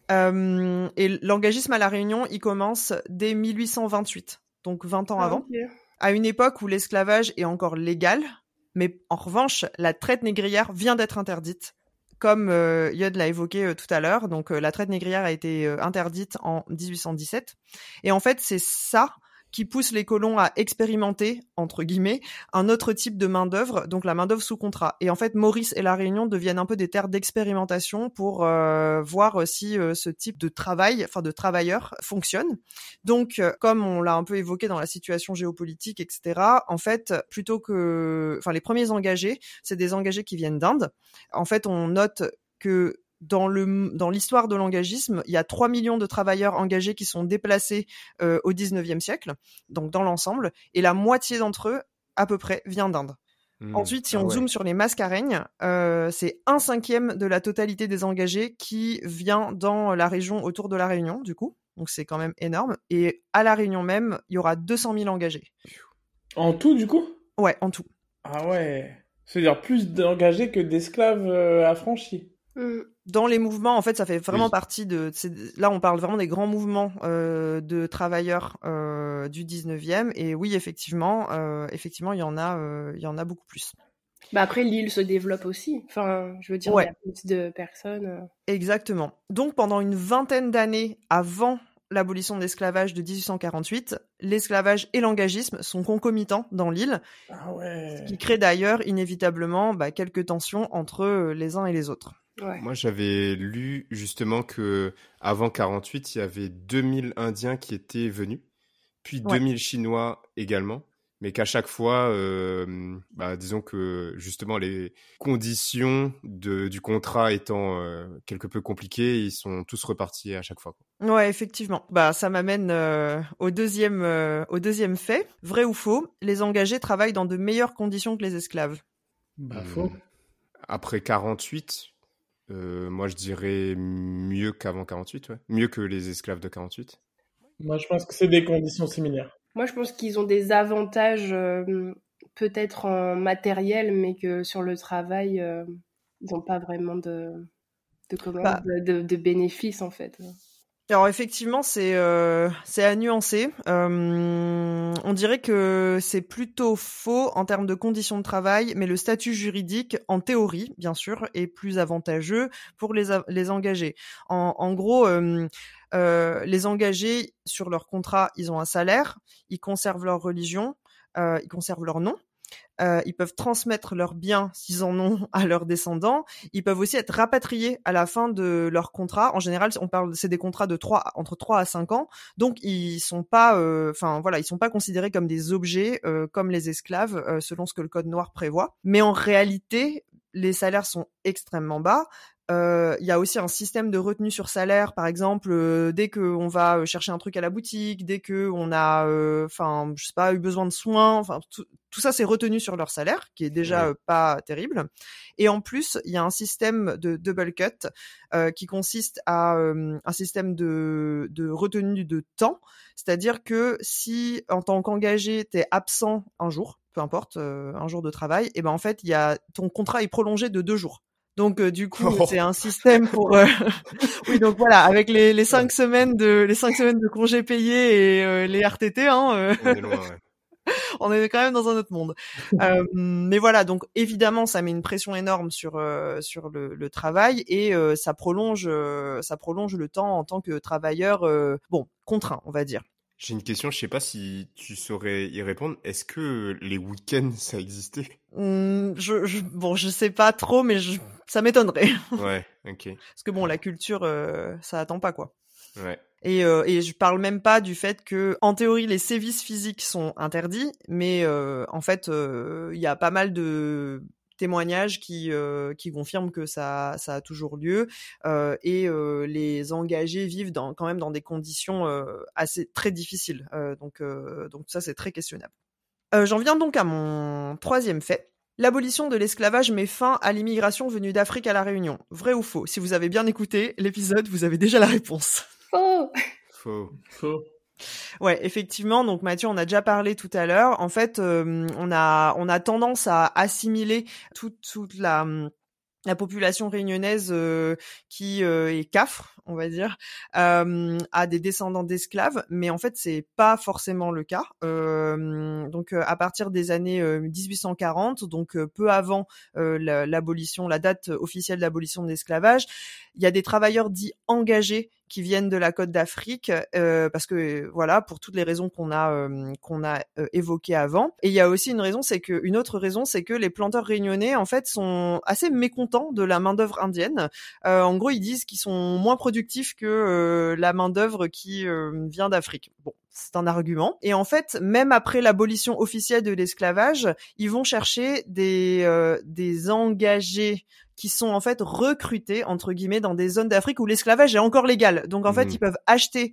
Euh, et l'engagisme à La Réunion, il commence dès mille huit cent vingt-huit, donc vingt ans Ah, avant, ok. à une époque où l'esclavage est encore légal, mais en revanche, la traite négrière vient d'être interdite, comme euh, Yod l'a évoqué euh, tout à l'heure. Donc, euh, la traite négrière a été euh, interdite en dix-huit cent dix-sept. Et en fait, c'est ça qui pousse les colons à expérimenter, entre guillemets, un autre type de main-d'œuvre, donc la main-d'œuvre sous contrat. Et en fait, Maurice et La Réunion deviennent un peu des terres d'expérimentation pour euh, voir si euh, ce type de travail, enfin de travailleurs, fonctionne. Donc, euh, comme on l'a un peu évoqué dans la situation géopolitique, et cetera, en fait, plutôt que... Enfin, les premiers engagés, c'est des engagés qui viennent d'Inde. En fait, on note que dans le dans l'histoire de l'engagisme, il y a trois millions de travailleurs engagés qui sont déplacés euh, au dix-neuvième siècle, donc dans l'ensemble, et la moitié d'entre eux, à peu près, vient d'Inde. Mmh. Ensuite, si Ah on ouais. zoome sur les Mascareignes, euh, c'est un cinquième de la totalité des engagés qui vient dans la région autour de La Réunion, du coup. Donc c'est quand même énorme. Et à La Réunion même, il y aura deux cent mille engagés. En tout, du coup? Ouais, en tout. Ah ouais. C'est-à-dire plus d'engagés que d'esclaves euh, affranchis. Mm. Dans les mouvements, en fait, ça fait vraiment Oui. partie de... c'est- Là, on parle vraiment des grands mouvements euh, de travailleurs euh, du dix-neuvième. Et oui, effectivement, euh, effectivement, il y en a, euh, il y en a beaucoup plus. Bah après, l'île se développe aussi. Enfin, je veux dire, Ouais. il y a plus de personnes. euh. Exactement. Donc, pendant une vingtaine d'années avant l'abolition de l'esclavage de dix-huit cent quarante-huit, l'esclavage et l'engagisme sont concomitants dans l'île, Ah ouais. ce qui crée d'ailleurs inévitablement bah, quelques tensions entre euh, les uns et les autres. Ouais. Moi, j'avais lu justement que avant quarante-huit, il y avait deux mille Indiens qui étaient venus, puis Ouais. deux mille Chinois également, mais qu'à chaque fois, euh, bah, disons que justement les conditions de, du contrat étant euh, quelque peu compliquées, ils sont tous repartis à chaque fois, quoi. Ouais, effectivement. Bah, ça m'amène euh, au deuxième, euh, au deuxième fait. Vrai ou faux, les engagés travaillent dans de meilleures conditions que les esclaves. Bah Hmm. faux. Après quarante-huit, euh, moi je dirais mieux qu'avant quarante-huit, ouais. Mieux que les esclaves de quarante-huit. Moi, je pense que c'est des conditions similaires. Moi, je pense qu'ils ont des avantages euh, peut-être en matériel, mais que sur le travail, euh, ils n'ont pas vraiment de, de, comment, Bah. de, de, de bénéfices, en fait. Alors effectivement, c'est euh, c'est à nuancer. Euh, on dirait que c'est plutôt faux en termes de conditions de travail, mais le statut juridique, en théorie, bien sûr, est plus avantageux pour les a- les engagés. En, en gros, euh, euh, les engagés sur leur contrat, ils ont un salaire, ils conservent leur religion, euh, ils conservent leur nom. Euh, ils peuvent transmettre leurs biens, s'ils en ont, à leurs descendants. Ils peuvent aussi être rapatriés à la fin de leur contrat. En général, on parle, c'est des contrats de trois, entre trois à cinq ans. Donc, ils sont pas, enfin euh, voilà, ils sont pas considérés comme des objets, euh, comme les esclaves, euh, selon ce que le Code noir prévoit. Mais en réalité, les salaires sont extrêmement bas. Euh, il y a aussi un système de retenue sur salaire, par exemple, euh, dès qu'on va chercher un truc à la boutique, dès qu'on a, enfin, euh, je sais pas, eu besoin de soins, enfin, tout, tout ça c'est retenu sur leur salaire, qui est déjà ouais. euh, pas terrible. Et en plus, il y a un système de double cut euh, qui consiste à euh, un système de, de retenue de temps, c'est-à-dire que si en tant qu'engagé t'es absent un jour, peu importe, euh, un jour de travail, et ben en fait, il y a ton contrat est prolongé de deux jours. Donc euh, du coup, oh. c'est un système pour euh... oui, donc voilà, avec les les cinq semaines de les cinq semaines de congés payés et euh, les R T T, hein. Euh... On est loin, ouais. On est quand même dans un autre monde. euh, mais voilà, donc évidemment, ça met une pression énorme sur euh, sur le, le travail et euh, ça prolonge euh, ça prolonge le temps en tant que travailleur euh, bon contraint, on va dire. J'ai une question, je sais pas si tu saurais y répondre. Est-ce que les week-ends ça existait? Mmh, je, je bon, je sais pas trop, mais je, ça m'étonnerait. Ouais, ok. Parce que bon, la culture, euh, ça attend pas quoi. Ouais. Et, euh, et je parle même pas du fait que, en théorie, les sévices physiques sont interdits, mais euh, en fait, il euh, y a pas mal de témoignages qui euh, qui confirment que ça ça a toujours lieu euh, et euh, les engagés vivent dans, quand même dans des conditions euh, assez très difficiles. Euh, donc euh, donc ça c'est très questionnable. Euh, j'en viens donc à mon troisième fait. L'abolition de l'esclavage met fin à l'immigration venue d'Afrique à la Réunion. Vrai ou faux? Si vous avez bien écouté l'épisode, vous avez déjà la réponse. Faux. Faux. Faux. Ouais, effectivement. Donc Mathieu, on a déjà parlé tout à l'heure. En fait, euh, on a on a tendance à assimiler toute toute la la population réunionnaise euh, qui euh, est cafre, on va dire, euh, a des descendants d'esclaves, mais en fait c'est pas forcément le cas. Euh, donc euh, à partir des années euh, dix-huit cent quarante, donc euh, peu avant euh, la, l'abolition, la date officielle de l'abolition de l'esclavage, il y a des travailleurs dits engagés qui viennent de la côte d'Afrique, euh, parce que voilà, pour toutes les raisons qu'on a euh, qu'on a euh, évoquées avant. Et il y a aussi une raison, c'est que une autre raison, c'est que les planteurs réunionnais en fait sont assez mécontents de la main d'œuvre indienne. Euh, en gros, ils disent qu'ils sont moins productifs que euh, la main d'œuvre qui euh, vient d'Afrique. Bon, c'est un argument. Et en fait, même après l'abolition officielle de l'esclavage, ils vont chercher des euh, des engagés qui sont en fait recrutés entre guillemets dans des zones d'Afrique où l'esclavage est encore légal. Donc en mmh. fait, ils peuvent acheter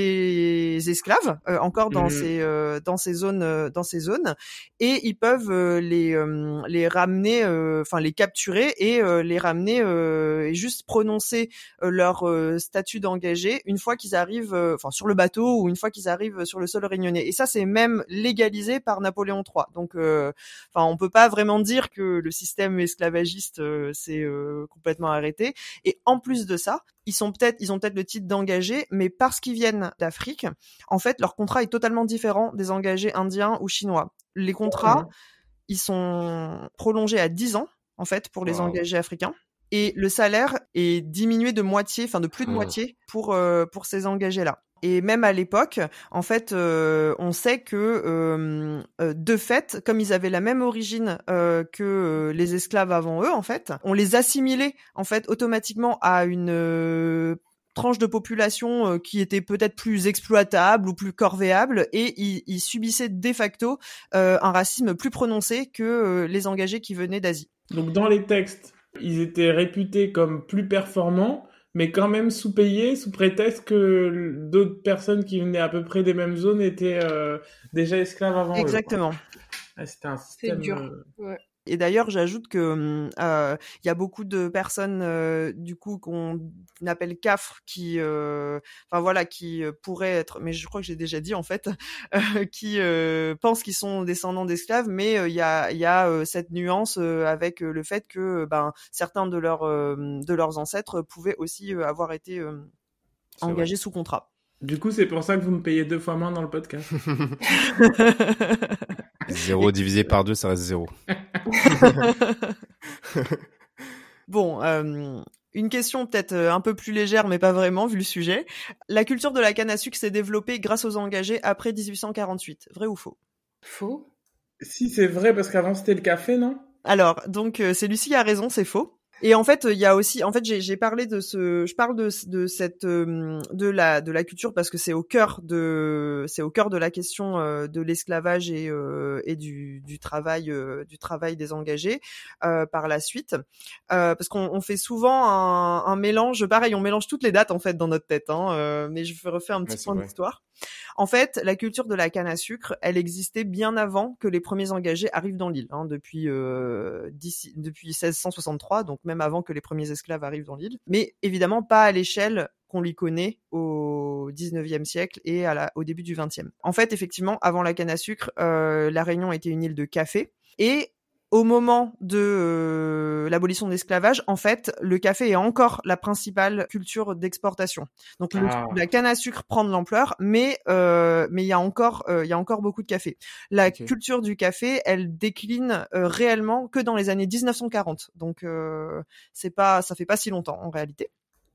des esclaves euh, encore dans mmh. ces euh, dans ces zones euh, dans ces zones et ils peuvent euh, les euh, les ramener enfin euh, les capturer et euh, les ramener euh, et juste prononcer euh, leur euh, statut d'engagé une fois qu'ils arrivent enfin euh, sur le bateau ou une fois qu'ils arrivent sur le sol réunionnais. Et ça c'est même légalisé par Napoléon trois. Donc enfin euh, on peut pas vraiment dire que le système esclavagiste euh, c'est Euh, complètement arrêté. Et en plus de ça, ils sont peut-être, ils ont peut-être le titre d'engagés, mais parce qu'ils viennent d'Afrique, en fait, leur contrat est totalement différent des engagés indiens ou chinois. Les contrats, mmh. ils sont prolongés à dix ans, en fait, pour les wow. engagés africains. Et le salaire est diminué de moitié, enfin de plus de mmh. moitié pour euh, pour ces engagés-là. Et même à l'époque, en fait, euh, on sait que euh, de fait, comme ils avaient la même origine euh, que euh, les esclaves avant eux, en fait, on les assimilait en fait automatiquement à une euh, tranche de population euh, qui était peut-être plus exploitable ou plus corvéable, et ils, ils subissaient de facto euh, un racisme plus prononcé que euh, les engagés qui venaient d'Asie. Donc dans les textes, ils étaient réputés comme plus performants, mais quand même sous-payés, sous prétexte que d'autres personnes qui venaient à peu près des mêmes zones étaient euh, déjà esclaves avant. Exactement. Eux, ah, c'était un système... C'est dur, euh... ouais. Et d'ailleurs, j'ajoute que euh, y a beaucoup de personnes euh, du coup qu'on appelle cafres qui, euh, enfin voilà, qui euh, pourraient être, mais je crois que j'ai déjà dit en fait, euh, qui euh, pensent qu'ils sont descendants d'esclaves, mais il euh, y a il y a euh, cette nuance euh, avec euh, le fait que ben certains de leurs euh, de leurs ancêtres pouvaient aussi euh, avoir été euh, engagés sous contrat. Du coup, c'est pour ça que vous me payez deux fois moins dans le podcast. Zéro divisé par deux, ça reste zéro. Bon, euh, une question peut-être un peu plus légère, mais pas vraiment, vu le sujet. La culture de la canne à sucre s'est développée grâce aux engagés après dix-huit cent quarante-huit. Vrai ou faux? Faux. Si, c'est vrai, parce qu'avant, c'était le café, non? Alors, donc, euh, c'est Lucie qui a raison, c'est faux. Et en fait, il y a aussi, en fait, j'ai, j'ai parlé de ce, je parle de, de cette, de la, de la culture parce que c'est au cœur de, c'est au cœur de la question euh, de l'esclavage et euh, et du, du travail, euh, du travail des engagés euh, par la suite, euh, parce qu'on on fait souvent un, un mélange, pareil, on mélange toutes les dates en fait dans notre tête, hein, euh, mais je refais un petit Ouais, point vrai. d'histoire. En fait, la culture de la canne à sucre, elle existait bien avant que les premiers engagés arrivent dans l'île, hein, depuis euh, dix, depuis seize cent soixante-trois, donc même avant que les premiers esclaves arrivent dans l'île. Mais évidemment pas à l'échelle qu'on lui connaît au dix-neuvième siècle et à la, au début du vingtième. En fait, effectivement, avant la canne à sucre, euh, la Réunion était une île de café et au moment de euh, l'abolition de l'esclavage, en fait, le café est encore la principale culture d'exportation. Donc le, Ah. la canne à sucre prend de l'ampleur, mais euh, mais il y a encore euh, il y a encore beaucoup de café. La Ok. culture du café, elle décline euh, réellement que dans les années dix-neuf cent quarante. Donc euh, c'est pas ça fait pas si longtemps en réalité.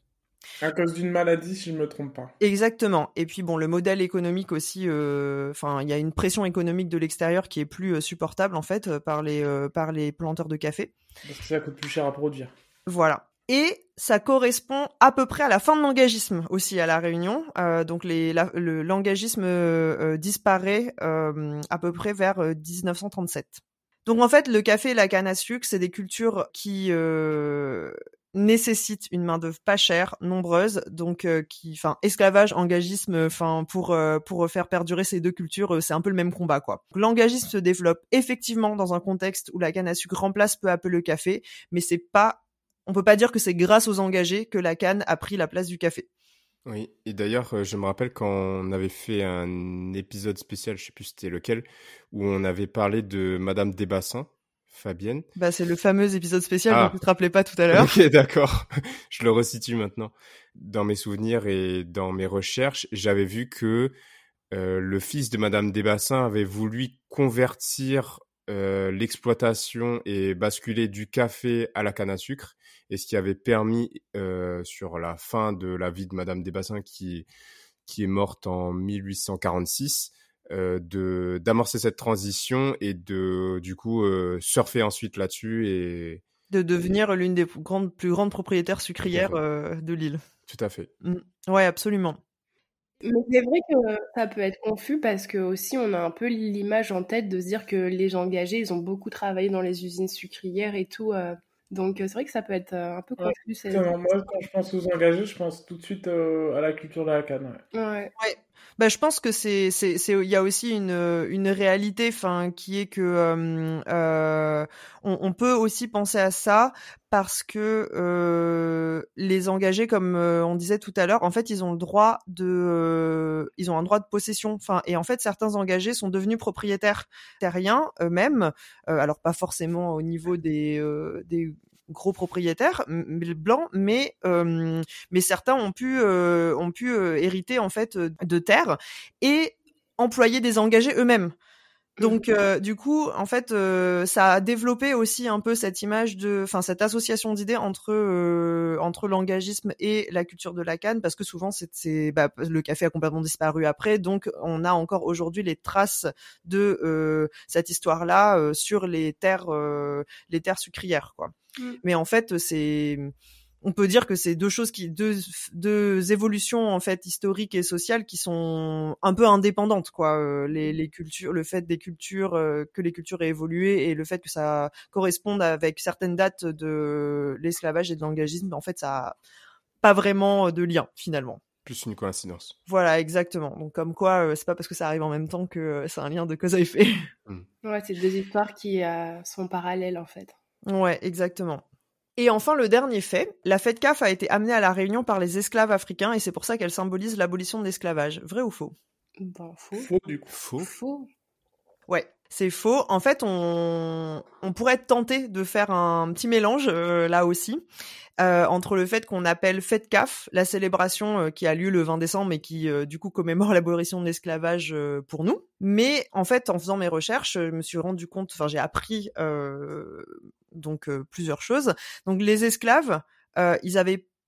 À cause d'une maladie, si je me trompe pas. Exactement. Et puis bon, le modèle économique aussi. Enfin, euh, il y a une pression économique de l'extérieur qui est plus euh, supportable en fait euh, par les euh, par les planteurs de café. Parce que ça coûte plus cher à produire. Voilà. Et ça correspond à peu près à la fin de l'engagisme aussi à la Réunion. Euh, donc les, la, le, l'engagisme euh, disparaît euh, à peu près vers euh, dix-neuf cent trente-sept. Donc en fait, le café et la canne à sucre, c'est des cultures qui euh, nécessitent une main d'œuvre pas chère, nombreuse, donc euh, qui, enfin, esclavage, engagisme, enfin, pour euh, pour faire perdurer ces deux cultures, euh, c'est un peu le même combat, quoi. L'engagisme se développe effectivement dans un contexte où la canne à sucre remplace peu à peu le café, mais c'est pas, on peut pas dire que c'est grâce aux engagés que la canne a pris la place du café. Oui, et d'ailleurs, euh, je me rappelle quand on avait fait un épisode spécial, je sais plus c'était lequel, où on avait parlé de Madame Desbassins, Fabienne. Bah, c'est le fameux épisode spécial Ah. dont tu te rappelais pas tout à l'heure. Ok, d'accord. Je le resitue maintenant. Dans mes souvenirs et dans mes recherches, j'avais vu que euh, le fils de Madame Desbassins avait voulu convertir euh, l'exploitation et basculer du café à la canne à sucre, et ce qui avait permis, euh, sur la fin de la vie de Madame Desbassins, qui, qui est morte en mille huit cent quarante-six, euh, de d'amorcer cette transition et de du coup euh, surfer ensuite là-dessus et de devenir et... l'une des plus grandes, plus grandes propriétaires sucrières euh, de l'île. Tout à fait. Mmh. Ouais, absolument. Mais c'est vrai que ça peut être confus parce que aussi on a un peu l'image en tête de se dire que les engagés, ils ont beaucoup travaillé dans les usines sucrières et tout. Euh, donc c'est vrai que ça peut être un peu confus. Ouais, moi, quand je pense aux engagés, je pense tout de suite euh, à la culture de la canne. Ouais. ouais. ouais. Bah, je pense que c'est, c'est, c'est, il y a aussi une, une réalité, enfin, qui est que euh, euh, on, on peut aussi penser à ça parce que euh, les engagés, comme euh, on disait tout à l'heure, en fait, ils ont le droit de, euh, ils ont un droit de possession. Enfin, et en fait, certains engagés sont devenus propriétaires terriens eux-mêmes. Euh, alors pas forcément au niveau des, euh, des gros propriétaires blancs, mais euh, mais certains ont pu euh, ont pu euh, hériter en fait de terres et employer des engagés eux-mêmes. Donc euh, du coup, en fait, euh, ça a développé aussi un peu cette image de, enfin cette association d'idées entre euh, entre l'engagisme et la culture de la canne, parce que souvent c'est, c'est bah, le café a complètement disparu après, donc on a encore aujourd'hui les traces de euh, cette histoire-là euh, sur les terres euh, les terres sucrières, quoi. Mm. Mais en fait, c'est on peut dire que c'est deux choses qui, deux, deux évolutions en fait historiques et sociales qui sont un peu indépendantes, quoi. Euh, les, les cultures, le fait des cultures, euh, que les cultures aient évolué et le fait que ça corresponde avec certaines dates de l'esclavage et de l'engagisme, en fait, ça a pas vraiment de lien finalement. Plus une coïncidence. Voilà, exactement. Donc comme quoi, euh, c'est pas parce que ça arrive en même temps que euh, c'est un lien de cause à effet. Mm. Ouais, c'est deux histoires qui euh, sont parallèles en fait. Ouais, exactement. Et enfin, le dernier fait, la fête C A F a été amenée à la Réunion par les esclaves africains et c'est pour ça qu'elle symbolise l'abolition de l'esclavage. Vrai ou faux ? Ben, faux. Faux, du coup. Faux. Faux. Ouais, c'est faux. En fait, on, on pourrait être tenté de faire un petit mélange, euh, là aussi, euh, entre le fait qu'on appelle fête C A F, la célébration euh, qui a lieu le vingt décembre et qui, euh, du coup, commémore l'abolition de l'esclavage euh, pour nous. Mais, en fait, en faisant mes recherches, je me suis rendu compte, enfin, j'ai appris euh, donc euh, plusieurs choses. Donc, les esclaves, euh, ils avaient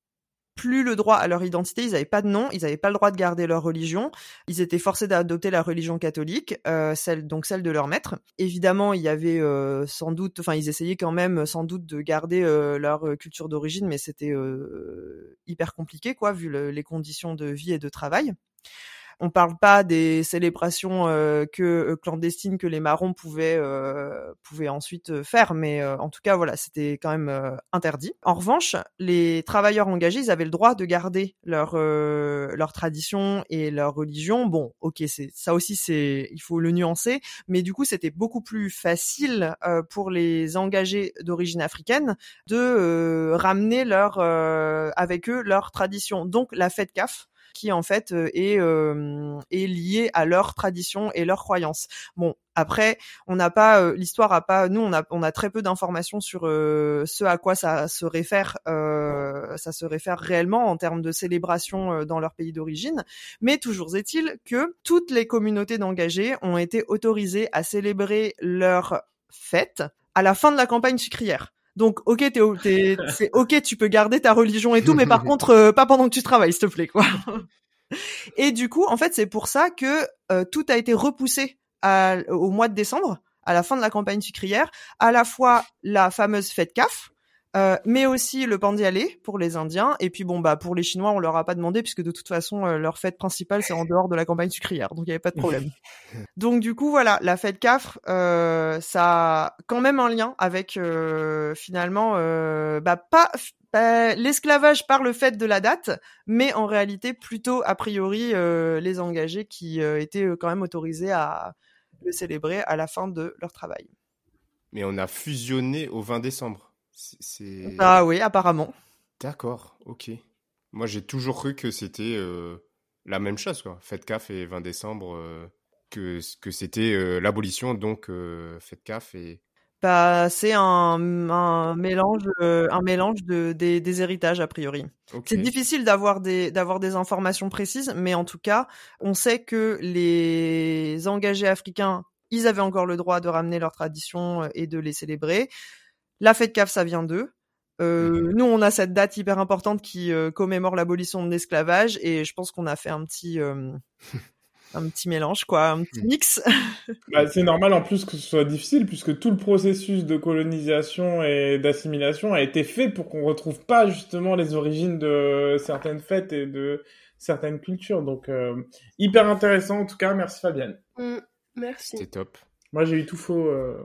plus le droit à leur identité, ils n'avaient pas de nom, ils n'avaient pas le droit de garder leur religion, ils étaient forcés d'adopter la religion catholique, euh, celle donc celle de leur maître. Évidemment, il y avait euh, sans doute, enfin ils essayaient quand même sans doute de garder euh, leur culture d'origine, mais c'était euh, hyper compliqué quoi, vu le, les conditions de vie et de travail. On parle pas des célébrations euh, que euh, clandestines que les marrons pouvaient euh, pouvaient ensuite faire, mais euh, en tout cas voilà, c'était quand même euh, interdit. En revanche, les travailleurs engagés, ils avaient le droit de garder leur euh, leur tradition et leur religion. Bon, ok, c'est ça aussi, c'est il faut le nuancer, mais du coup c'était beaucoup plus facile euh, pour les engagés d'origine africaine de euh, ramener leur euh, avec eux leur tradition. Donc la fête C A F, qui en fait euh, est euh, est lié à leur tradition et leurs croyances. Bon, après, on n'a pas euh, l'histoire a pas nous on a on a très peu d'informations sur euh, ce à quoi ça se réfère euh, ça se réfère réellement en termes de célébration euh, dans leur pays d'origine, mais toujours est-il que toutes les communautés d'engagés ont été autorisées à célébrer leur fête à la fin de la campagne sucrière. Donc, ok, t'es, t'es, c'est ok, tu peux garder ta religion et tout, mais par contre, euh, pas pendant que tu travailles, s'il te plaît, quoi. Et du coup, en fait, c'est pour ça que euh, tout a été repoussé à, au mois de décembre, à la fin de la campagne sucrière, à la fois la fameuse fête C A F, euh, mais aussi le Pandialé pour les Indiens. Et puis bon, bah pour les Chinois, on leur a pas demandé puisque de toute façon, euh, leur fête principale, c'est en dehors de la campagne sucrière, donc il y avait pas de problème. Donc du coup, voilà, la fête C A F, euh, ça a quand même un lien avec euh, finalement, euh, bah pas bah, l'esclavage par le fait de la date, mais en réalité plutôt a priori euh, les engagés qui euh, étaient quand même autorisés à le célébrer à la fin de leur travail. Mais on a fusionné au vingt décembre. C'est... Ah oui, apparemment. D'accord, ok. Moi, j'ai toujours cru que c'était euh, la même chose, quoi. Fête C A F et vingt décembre, euh, que, que c'était euh, l'abolition, donc euh, Fête C A F et... Bah, c'est un, un mélange, euh, un mélange de, des, des héritages, a priori. Okay. C'est difficile d'avoir des, d'avoir des informations précises, mais en tout cas, on sait que les engagés africains, ils avaient encore le droit de ramener leurs traditions et de les célébrer. La fête C A F, ça vient d'eux. Euh, mmh. Nous, on a cette date hyper importante qui euh, commémore l'abolition de l'esclavage, et je pense qu'on a fait un petit, euh, un petit mélange, quoi, un petit mix. Bah, c'est normal en plus que ce soit difficile, puisque tout le processus de colonisation et d'assimilation a été fait pour qu'on retrouve pas justement les origines de certaines fêtes et de certaines cultures. Donc, euh, hyper intéressant en tout cas. Merci Fabienne. Mmh, merci. C'était top. Moi, j'ai eu tout faux. Euh...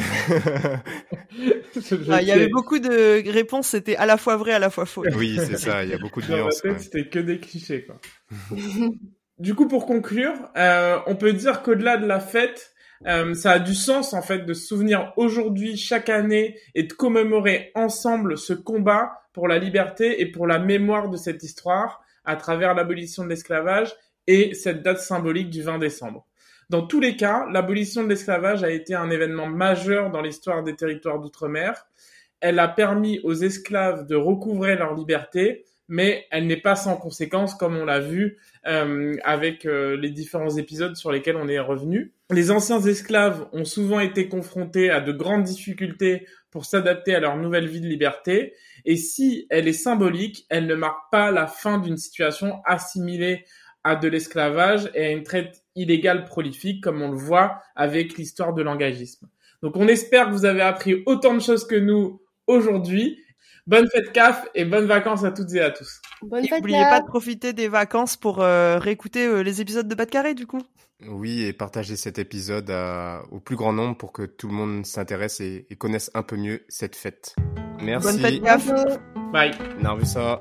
Il ah, y avait beaucoup de réponses, c'était à la fois vrai, à la fois faux. Oui, c'est ça, il y a beaucoup de Dans nuances. Dans ma tête, c'était que des clichés, quoi. Du coup, pour conclure, euh, on peut dire qu'au-delà de la fête, euh, ça a du sens, en fait, de se souvenir aujourd'hui, chaque année, et de commémorer ensemble ce combat pour la liberté et pour la mémoire de cette histoire à travers l'abolition de l'esclavage et cette date symbolique du vingt décembre. Dans tous les cas, l'abolition de l'esclavage a été un événement majeur dans l'histoire des territoires d'outre-mer. Elle a permis aux esclaves de recouvrer leur liberté, mais elle n'est pas sans conséquences, comme on l'a vu euh, avec euh, les différents épisodes sur lesquels on est revenu. Les anciens esclaves ont souvent été confrontés à de grandes difficultés pour s'adapter à leur nouvelle vie de liberté, et si elle est symbolique, elle ne marque pas la fin d'une situation assimilée à de l'esclavage et à une traite illégale prolifique, comme on le voit avec l'histoire de l'engagisme. Donc on espère que vous avez appris autant de choses que nous aujourd'hui. Bonne fête C A F et bonnes vacances à toutes et à tous. Bonne et fête. N'oubliez pas de profiter des vacances pour euh, réécouter euh, les épisodes de Pas de Carré du coup. Oui, et partager cet épisode à, au plus grand nombre pour que tout le monde s'intéresse et, et connaisse un peu mieux cette fête. Merci. Bonne fête C A F. Bye. Narvissa.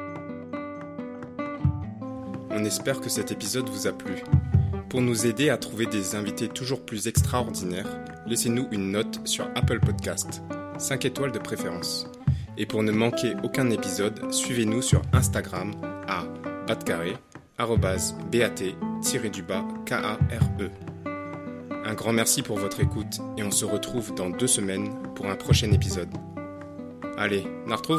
On espère que cet épisode vous a plu. Pour nous aider à trouver des invités toujours plus extraordinaires, laissez-nous une note sur Apple Podcast, cinq étoiles de préférence. Et pour ne manquer aucun épisode, suivez-nous sur Instagram à batcarré, arrobase bat-du-bas K-A-R-E. Un grand merci pour votre écoute et on se retrouve dans deux semaines pour un prochain épisode. Allez, on la retrouve ?